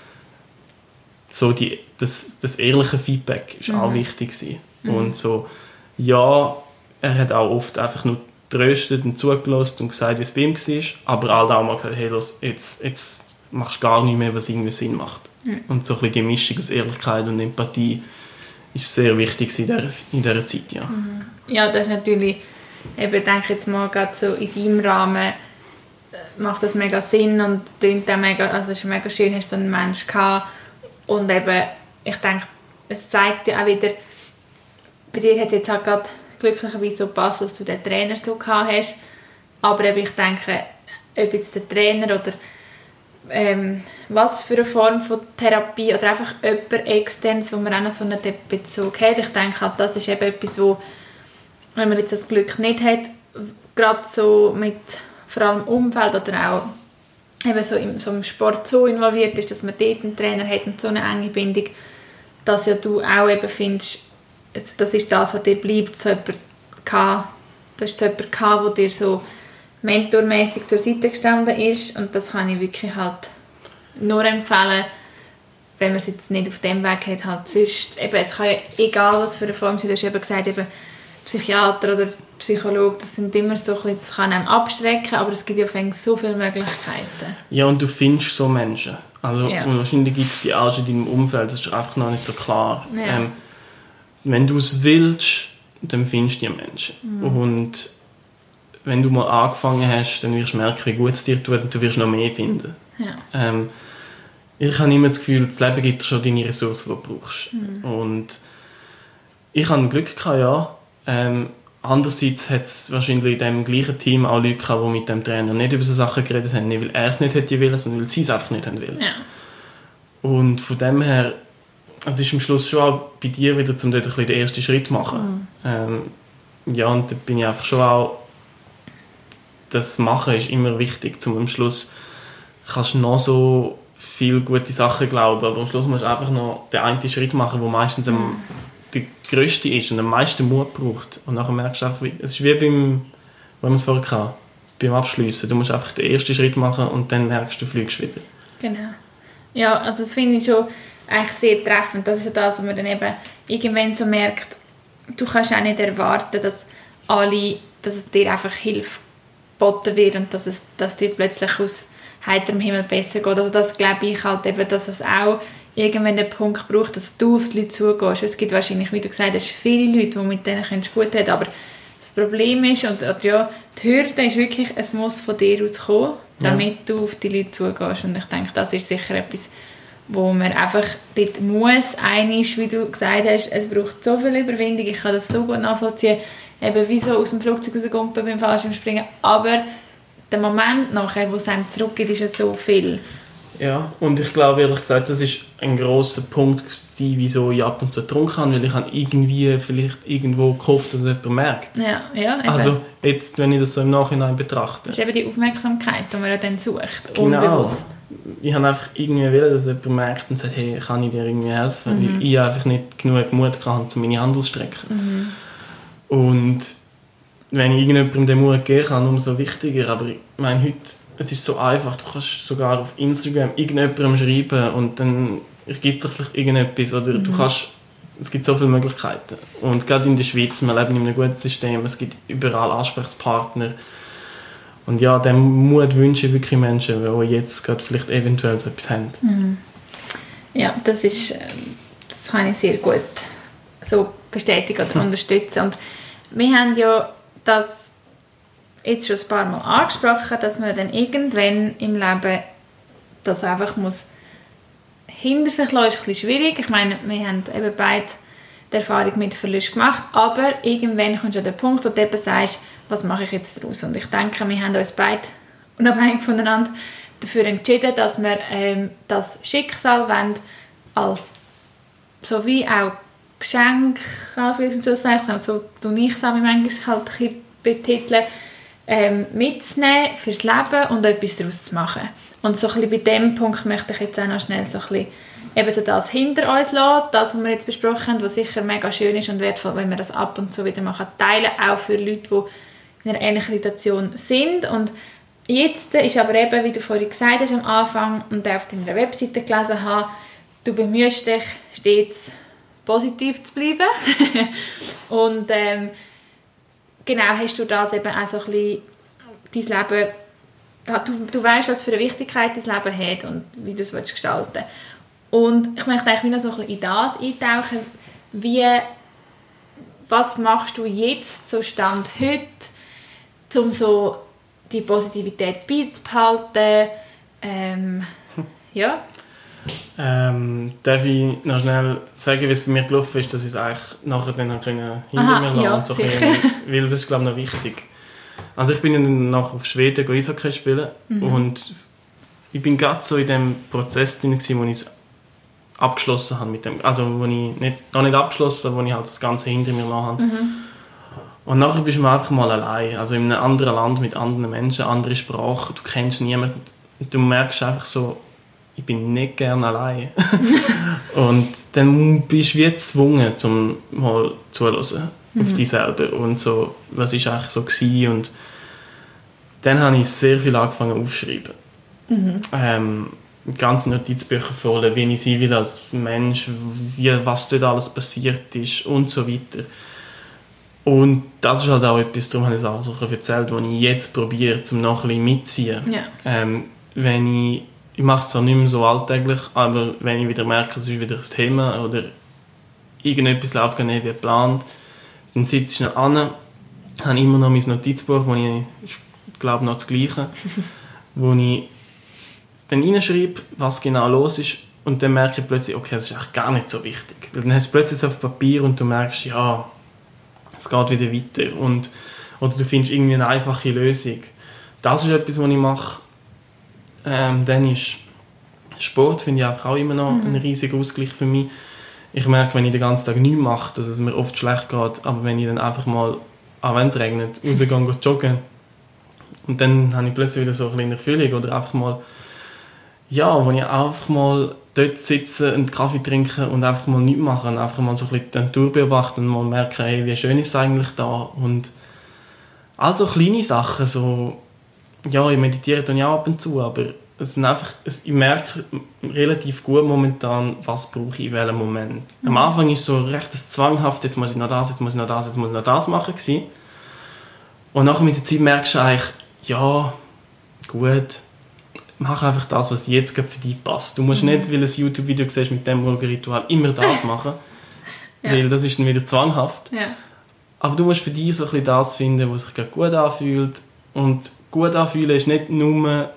So die, das, das ehrliche Feedback war mhm. auch wichtig gewesen. Mhm. Und so, ja, er hat auch oft einfach nur getröstet und zugelassen und gesagt, wie es bei ihm war. Aber halt auch mal gesagt, hey, los, jetzt, jetzt machst du gar nicht mehr, was irgendwie Sinn macht. Mhm. Und so ein bisschen die Mischung aus Ehrlichkeit und Empathie ist sehr wichtig in dieser, in dieser Zeit. Ja. Mhm. Ja, das ist natürlich, eben, denke jetzt mal, gerade so in deinem Rahmen macht das mega Sinn und klingt auch mega, also es ist mega schön, hast du so einen Menschen gehabt. Und eben, ich denke, es zeigt ja auch wieder, bei dir hat es jetzt halt gerade glücklicherweise so gepasst, dass du den Trainer so gehabt hast. Aber eben, ich denke, ob jetzt der Trainer oder ähm, was für eine Form von Therapie oder einfach jemand externes, wo man auch noch so einen Bezug hat. Ich denke halt, das ist eben etwas, wo, wenn man jetzt das Glück nicht hat, gerade so mit vor allem Umfeld oder auch eben so im, so im Sport so involviert ist, dass man dort einen Trainer hat und so eine enge Bindung, dass ja du auch eben findest, das ist das, was dir bleibt, so jemand gehabt, du hast so jemanden gehabt, der dir so mentormäßig zur Seite gestanden ist und das kann ich wirklich halt nur empfehlen, wenn man es jetzt nicht auf dem Weg hat, halt sonst, eben, es kann ja egal was für eine Form sein, du hast eben gesagt, eben, Psychiater oder Psychologe, das sind immer so ein bisschen, das kann einem abschrecken, aber es gibt ja so viele Möglichkeiten. Ja, und du findest so Menschen. Also Ja. und wahrscheinlich gibt es die auch schon in deinem Umfeld, das ist einfach noch nicht so klar. Ja. Ähm, wenn du es willst, dann findest du die Menschen. Mhm. Und wenn du mal angefangen hast, dann wirst du merken, wie gut es dir tut und du wirst noch mehr finden. Ja. Ähm, ich habe immer das Gefühl, das Leben gibt dir schon deine Ressourcen, die du brauchst. Mhm. Und ich hatte Glück gehabt, ja. Ähm, andererseits hat es wahrscheinlich in dem gleichen Team auch Leute gehabt, die mit dem Trainer nicht über so Sachen geredet haben. Nicht, weil er es nicht hätte wollen, sondern weil sie es einfach nicht haben wollen. Ja. Und von dem her, es ist am Schluss schon auch bei dir wieder, um dort ein bisschen den ersten Schritt zu machen. Mhm. Ähm, ja, und da bin ich einfach schon auch, das Machen ist immer wichtig. Zum am Schluss kannst du noch so viele gute Sachen glauben, aber am Schluss musst du einfach noch den einen Schritt machen, der meistens am, der grösste ist und am meisten Mut braucht. Und nachher merkst du einfach, wie, es ist wie beim, wenn man es vorher kann, beim Abschliessen. Du musst einfach den ersten Schritt machen und dann merkst du, du fliegst wieder. Genau. Ja, also das finde ich schon eigentlich sehr treffend. Das ist ja das, was man dann eben irgendwann so merkt, du kannst auch nicht erwarten, dass alle, dass es dir einfach Hilfe geboten wird und dass es dass dir plötzlich aus heiterem Himmel besser geht. Also das glaube ich halt eben, dass es auch irgendwann den Punkt braucht, dass du auf die Leute zugehst. Es gibt wahrscheinlich, wie du gesagt hast, viele Leute, die mit denen du gut reden, aber das Problem ist, und, und ja, die Hürde ist wirklich, es muss von dir aus kommen, damit ja. du auf die Leute zugehst. Und ich denke, das ist sicher etwas, wo man einfach dort muss, einisch, wie du gesagt hast, es braucht so viel Überwindung, ich kann das so gut nachvollziehen, eben wie so aus dem Flugzeug rausgumpen beim Fallschirmspringen, aber der Moment nachher, wo es einem zurückgeht, ist ja so viel. Ja, und ich glaube ehrlich gesagt, das ist ein grosser Punkt gewesen, wieso ich ab und zu getrunken habe, weil ich habe irgendwie vielleicht irgendwo gehofft, dass es jemand merkt. Ja, ja, eben. Also jetzt, wenn ich das so im Nachhinein betrachte. Das ist eben die Aufmerksamkeit, die man ja dann sucht, genau. Unbewusst. Ich habe einfach irgendwie wollen, dass jemand merkt und sagt, hey, kann ich dir irgendwie helfen? Mhm. Weil ich einfach nicht genug Mut hatte, um meine Hand auszustrecken. Mhm. Und wenn ich irgendjemandem den Mut geben kann, umso wichtiger. Aber ich meine, heute, es ist so einfach, du kannst sogar auf Instagram irgendjemandem schreiben und dann gibt es vielleicht irgendetwas. Oder mhm. du kannst, es gibt so viele Möglichkeiten. Und gerade in der Schweiz, wir leben in einem guten System, es gibt überall Ansprechpartner. Und ja, den Mut wünsche ich wirklich Menschen, die jetzt gerade vielleicht eventuell so etwas haben. Mhm. Ja, das ist, das kann ich sehr gut so bestätigen oder unterstützen. Und wir haben ja das jetzt schon ein paar Mal angesprochen, dass man dann irgendwann im Leben das einfach muss hinter sich lassen, ist ein bisschen schwierig. Ich meine, wir haben eben beide die Erfahrung mit Verlust gemacht, aber irgendwann kommt schon der Punkt, wo du eben sagst, was mache ich jetzt daraus? Und ich denke, wir haben uns beide unabhängig voneinander dafür entschieden, dass wir ähm, das Schicksal wollen, als so wie auch Geschenk, so tue ich es auch manchmal halt ein bisschen betiteln, ähm, mitzunehmen fürs Leben und etwas daraus zu machen. Und so ein bisschen bei dem Punkt möchte ich jetzt auch noch schnell so ein bisschen eben so das hinter uns lassen, das, was wir jetzt besprochen haben, was sicher mega schön ist und wertvoll, wenn wir das ab und zu wieder mal teilen kann, auch für Leute, die in einer ähnlichen Situation sind. Und jetzt ist aber eben, wie du vorhin gesagt hast am Anfang und auch auf deiner Webseite gelesen habe, du bemühst dich stets positiv zu bleiben. Und ähm, genau hast du das eben auch so ein bisschen, dein Leben, du, du weißt, was für eine Wichtigkeit dein Leben hat und wie du es gestalten willst. Und ich möchte eigentlich wieder so ein bisschen in das eintauchen, wie, was machst du jetzt, so Stand heute, um so die Positivität beizubehalten? Ähm, ja. Ähm, darf ich noch schnell sagen, wie es bei mir gelaufen ist, dass ich es eigentlich nachher dann können hinter Aha, mir lassen ja, und so können, weil das ist, glaube ich, noch wichtig. Also ich bin dann nachher auf Schweden Eishockey spielen mhm. und ich bin gerade so in dem Prozess drin, wo ich es abgeschlossen habe mit dem, also wo ich nicht, noch nicht abgeschlossen habe, wo ich halt das Ganze hinter mir lassen habe. Mhm. Und nachher bist du einfach mal allein, also in einem anderen Land mit anderen Menschen, andere Sprache, du kennst niemanden, du merkst einfach so, ich bin nicht gerne allein. Und dann bist du wie gezwungen, um mal zuzuhören mhm. auf dich selber und so, was ist eigentlich so gewesen. Und dann habe ich sehr viel angefangen aufzuschreiben. Mhm. Ähm, ganze Notizbücher voll, wie ich sein will als Mensch, wie, was dort alles passiert ist und so weiter. Und das ist halt auch etwas, darum habe ich es auch so erzählt, was ich jetzt probiere, um noch ein bisschen mitzuziehen. Ja. Ähm, wenn ich, ich mache es zwar nicht mehr so alltäglich, aber wenn ich wieder merke, es ist wieder das Thema oder irgendetwas läuft nicht wie geplant, dann sitze ich noch an, habe immer noch mein Notizbuch, wo ich, ich glaube noch das Gleiche, wo ich dann reinschreibe, was genau los ist und dann merke ich plötzlich, okay, das ist eigentlich gar nicht so wichtig. Weil dann hast du plötzlich auf Papier und du merkst, ja, es geht wieder weiter und, oder du findest irgendwie eine einfache Lösung. Das ist etwas, was ich mache. Ähm, dann ist Sport, finde ich einfach auch immer noch mhm. ein riesiger Ausgleich für mich. Ich merke, wenn ich den ganzen Tag nichts mache, dass es mir oft schlecht geht, aber wenn ich dann einfach mal, auch wenn es regnet, rausgehe und joggen und dann habe ich plötzlich wieder so eine kleine Erfüllung oder einfach mal, ja, wo ich einfach mal dort sitze, einen Kaffee trinke und einfach mal nichts mache und einfach mal so ein bisschen die Natur beobachten und mal merken, hey, wie schön ist es eigentlich da und also kleine Sachen, so, ja, ich meditiere dann ja ab und zu, aber es sind einfach, es, ich merke relativ gut momentan, was brauche ich in welchem Moment. Mhm. Am Anfang ist so recht das zwanghaft, jetzt muss ich noch das, jetzt muss ich noch das, jetzt muss ich noch das machen gewesen. Und nachher mit der Zeit merkst du eigentlich, ja, gut, mach einfach das, was jetzt gerade für dich passt. Du musst mhm. nicht, weil du ein YouTube-Video siehst mit dem Morgenritual, immer das machen, ja. weil das ist dann wieder zwanghaft. Ja. Aber du musst für dich so ein bisschen das finden, was sich gerade gut anfühlt. Und gut anfühlen ist nicht nur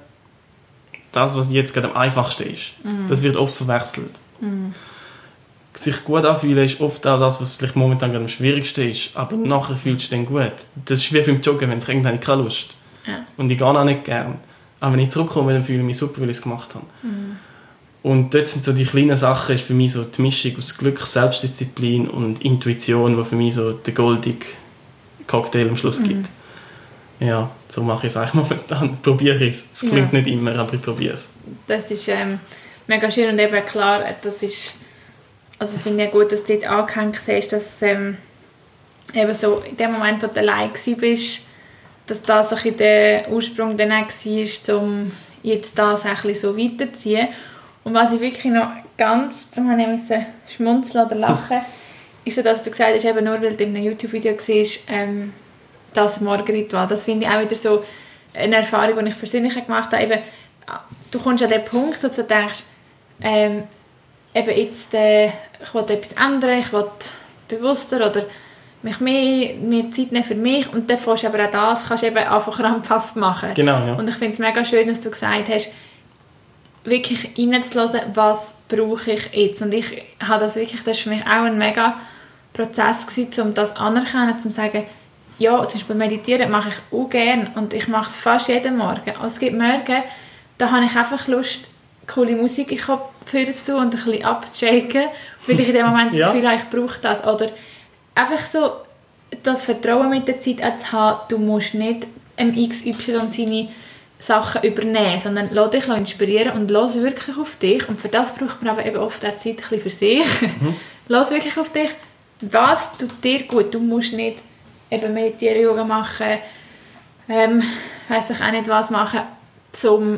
das, was jetzt gerade am einfachsten ist. Mhm. Das wird oft verwechselt. Mhm. Sich gut anfühlen ist oft auch das, was vielleicht momentan gerade am schwierigsten ist. Aber nachher fühlst du dich dann gut. Das ist wie beim Joggen, wenn es regnet, habe ich keine Lust. Ja. Und ich gehe auch nicht gern. Aber wenn ich zurückkomme, dann fühle ich mich super, weil ich es gemacht habe. Mhm. Und dort sind so die kleinen Sachen, ist für mich so die Mischung aus Glück, Selbstdisziplin und Intuition, die für mich so den goldigen Cocktail am Schluss gibt. Mhm. Ja, so mache ich es eigentlich momentan. Probiere ich es. Es klingt ja. nicht immer, aber ich probiere es. Das ist ähm, mega schön und eben klar, das ist, also ich finde ja gut, dass du dort angehängt hast, dass ähm, eben so in dem Moment, wo du allein warst, dass das ein der Ursprung dann auch war, um jetzt das ein bisschen so weiterzuziehen. Und was ich wirklich noch ganz, darum musste ich schmunzeln oder lachen, ist so, dass du gesagt hast, eben nur weil du in einem YouTube-Video siehst, ähm, das Morgenritual. Das finde ich auch wieder so eine Erfahrung, die ich persönlich gemacht habe. Eben, du kommst an den Punkt, wo du denkst, ähm, eben jetzt, äh, ich will etwas ändern, ich will bewusster oder mich mehr, mehr Zeit nehmen für mich und dann fährst du aber auch das, kannst du eben einfach krampfhaft machen. Genau, ja. Und ich finde es mega schön, dass du gesagt hast, wirklich reinzuhören, was brauche ich jetzt. Und ich habe das wirklich, das war für mich auch ein mega Prozess gewesen, um das anerkennen, um zu sagen, ja, zum Beispiel meditieren mache ich auch gerne und ich mache es fast jeden Morgen. Also es gibt Morgen, da habe ich einfach Lust, coole Musik in den Kopfhörer zu tun und ein bisschen abzushaken, weil ich in dem Moment ja. das Gefühl habe, ich brauche das. Oder einfach so das Vertrauen mit der Zeit auch zu haben, du musst nicht M X Y seine Sachen übernehmen, sondern lass dich inspirieren und lass wirklich auf dich. Und für das braucht man aber eben oft auch Zeit ein bisschen für sich. Mhm. Lass wirklich auf dich, was tut dir gut. Du musst nicht eben meditieren, Yoga machen, ähm, weiss ich auch nicht was machen, um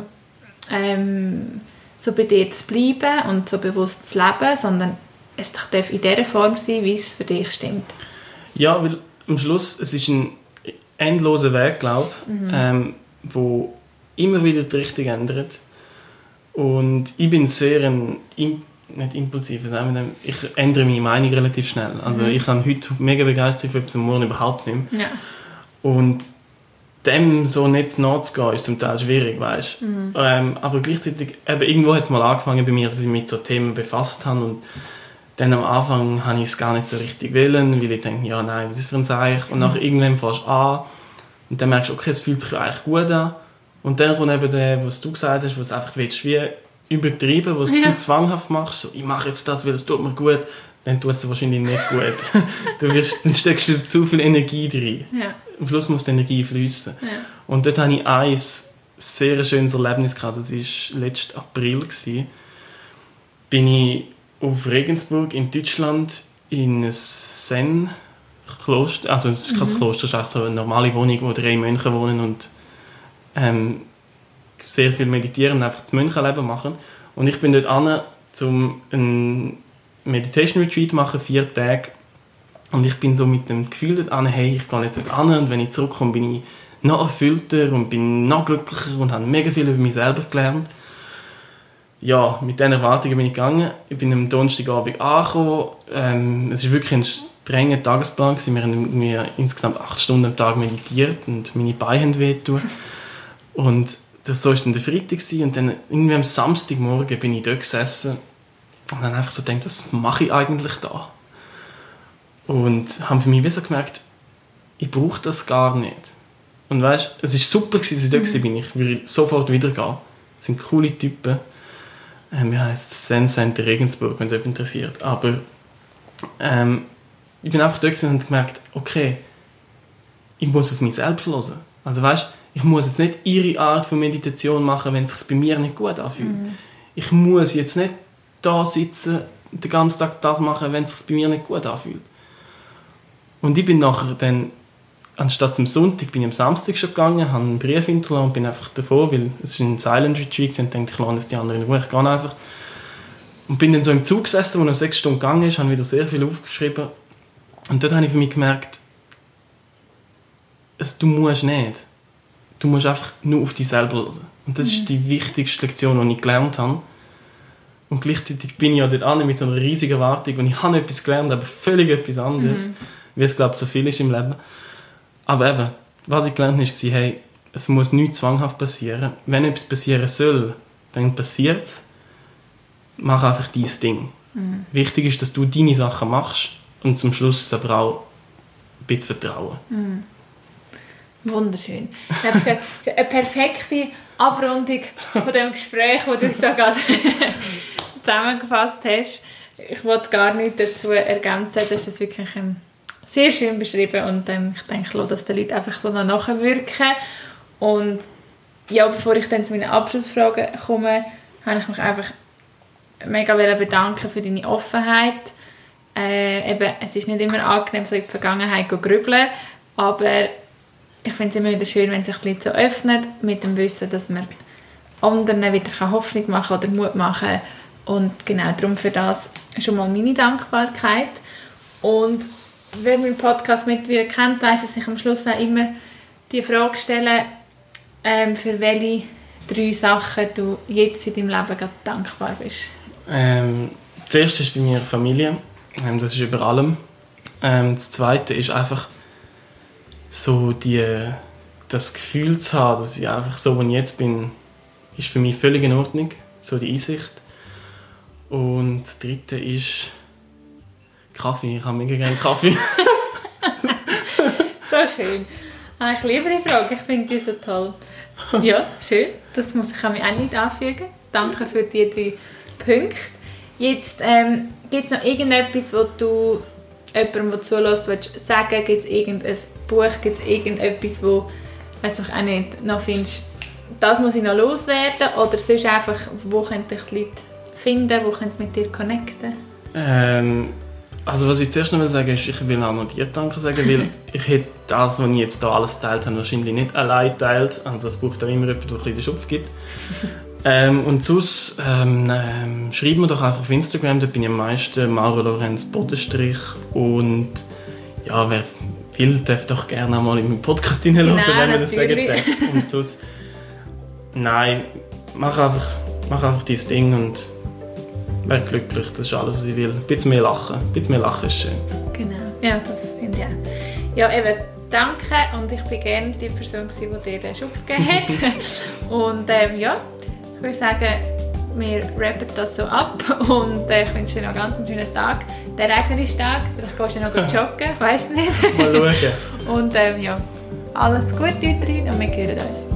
ähm, so bei dir zu bleiben und so bewusst zu leben, sondern es darf in der Form sein, wie es für dich stimmt. Ja, weil am Schluss, es ist ein endloser Weg, glaube ich, mhm. ähm, wo immer wieder die Richtung ändert. Und ich bin sehr ein, nicht impulsiv, ich ändere meine Meinung relativ schnell. Also mhm. ich kann heute mega begeistert für etwas, morgen überhaupt nicht mehr. Ja. Und dem so nicht nachzugehen, ist zum Teil schwierig, weißt? Mhm. Ähm, aber gleichzeitig, eben, irgendwo hat es mal angefangen bei mir, dass ich mich mit so Themen befasst habe und dann am Anfang habe ich es gar nicht so richtig wollen, weil ich denke, ja nein, was ist das für ein Zeichen? Und mhm. nachher irgendwann fährst du an und dann merkst du, okay, es fühlt sich eigentlich gut an. Und dann kommt eben der, was du gesagt hast, was du einfach willst, wie übertrieben, was du ja. zu zwanghaft machst. So, ich mache jetzt das, weil es tut mir gut. Dann tut es dir wahrscheinlich nicht gut. du wirst, dann steckst du zu viel Energie drin. Ja. Am Schluss muss die Energie fließen. Ja. Und dort hatte ich ein sehr schönes Erlebnis gehabt. Das war letzten April. Gewesen. Bin ich auf Regensburg in Deutschland in ein Zen-Kloster. Also es ist kein mhm. Kloster, es ist so eine normale Wohnung, wo drei Mönche wohnen und ähm, sehr viel meditieren und einfach das Mönchenleben machen. Und ich bin dort hin, um einen Meditation Retreat zu machen, vier Tage. Und ich bin so mit dem Gefühl dort an, hey, ich gehe jetzt dort an und wenn ich zurückkomme, bin ich noch erfüllter und bin noch glücklicher und habe mega viel über mich selber gelernt. Ja, mit diesen Erwartungen bin ich gegangen. Ich bin am Donnerstagabend angekommen. Ähm, es war wirklich ein strenger Tagesplan. Wir haben wir insgesamt acht Stunden am Tag meditiert und meine Beine haben wehgetan. Und das so war dann der Freitag. Und dann irgendwie am Samstagmorgen bin ich dort gesessen und dann einfach so gedacht, was mache ich eigentlich da? Und habe für mich so gemerkt, ich brauche das gar nicht. Und weißt, es war super, dass ich dort mhm. war. Ich würde sofort wieder gehen. Es sind coole Typen. Ähm, wie heisst es? Zen Center Regensburg, wenn es jemand interessiert. Aber ähm, ich bin einfach dort und habe gemerkt, okay, ich muss auf mich selber hören. Also weißt, ich muss jetzt nicht ihre Art von Meditation machen, wenn es sich bei mir nicht gut anfühlt. Mhm. Ich muss jetzt nicht da sitzen, den ganzen Tag das machen, wenn es sich bei mir nicht gut anfühlt. Und ich bin nachher dann, anstatt am Sonntag, bin ich am Samstag schon gegangen, habe einen Brief hinterlassen und bin einfach davor, weil es ein Silent Retreat und dachte, ich lasse das die anderen in Ruhe, ich gehe einfach. Und bin dann so im Zug gesessen, wo noch sechs Stunden gegangen ist, habe wieder sehr viel aufgeschrieben. Und dort habe ich für mich gemerkt, es, du musst nicht. Du musst einfach nur auf dich selber hören. Und das mhm. ist die wichtigste Lektion, die ich gelernt habe. Und gleichzeitig bin ich ja dort an mit so einer riesigen Erwartung und ich habe etwas gelernt, aber völlig etwas anderes, mhm. wie es, glaube ich, so viel ist im Leben. Aber eben, was ich gelernt habe, war, hey, es muss nichts zwanghaft passieren. Wenn etwas passieren soll, dann passiert es. Mach einfach dein Ding. Mhm. Wichtig ist, dass du deine Sachen machst und zum Schluss ist es aber auch ein bisschen Vertrauen. Mhm. Wunderschön. Das ist eine perfekte Abrundung von dem Gespräch, das du so gerade zusammengefasst hast. Ich wollte gar nichts dazu ergänzen. Das ist wirklich ähm, sehr schön beschrieben und ähm, ich denke, dass die Leute einfach so noch nachwirken. Und ja, bevor ich dann zu meinen Abschlussfragen komme, habe ich mich einfach mega bedanken für deine Offenheit. Äh, eben, es ist nicht immer angenehm, so in die Vergangenheit zu grübeln, aber ich finde es immer wieder schön, wenn sich die Leute so öffnen, mit dem Wissen, dass man anderen wieder Hoffnung machen oder Mut machen kann. Und genau darum für das schon mal meine Dankbarkeit. Und wer meinen Podcast mittlerweile kennt, weiss, dass ich am Schluss auch immer die Frage stelle, ähm, für welche drei Sachen du jetzt in deinem Leben gerade dankbar bist. Ähm, das erste ist bei mir Familie. Ähm, das ist über allem. Ähm, das zweite ist einfach so die, das Gefühl zu haben, dass ich einfach so, wo ich jetzt bin, ist für mich völlig in Ordnung. So die Einsicht. Und das dritte ist Kaffee. Ich habe mega gerne Kaffee. So schön. Ah, ich liebe die Frage. Ich finde die so toll. Ja, schön. Das muss ich mir auch nicht anfügen. Danke für die drei Punkte. Jetzt ähm, gibt es noch irgendetwas, was du jemandem, der zulässt, willst sagen? Gibt es irgendein Buch? Gibt es irgendetwas, wo weiss ich auch nicht, noch findest, das muss ich noch loswerden? Oder sonst einfach, wo können dich die Leute finden? Wo können sie mit dir connecten? Ähm, also was ich zuerst noch sagen will, ist, ich will auch noch dir Danke sagen, weil ich hätte das, was ich jetzt hier alles geteilt habe, wahrscheinlich nicht allein geteilt. Also es braucht auch immer jemanden, der ein bisschen den Schopf gibt. ähm, und sonst ähm, ähm, schreibt mir doch einfach auf Instagram, da bin ich am meisten Mauro Lorenz Bodenstrich. Und ja, wer will, darf doch gerne mal in meinen Podcast hineinhören, genau, wenn man das sagen darf. Und sonst, nein, mach einfach, mach einfach dein Ding und wäre glücklich, das ist alles, was ich will. Ein bisschen mehr lachen, ein bisschen mehr lachen ist schön. Genau, ja, das finde ich auch. Ja, eben, danke und ich war gerne die Person, die dir den Schub gegeben hat. Und ähm, ja, ich würde sagen, wir rappen das so ab und äh, ich wünsche dir noch einen ganz schönen Tag. Der regnerische Tag, vielleicht gehst du noch joggen, ich weiss nicht. Mal schauen. Und ähm, ja, alles Gute weiterhin und wir hören uns.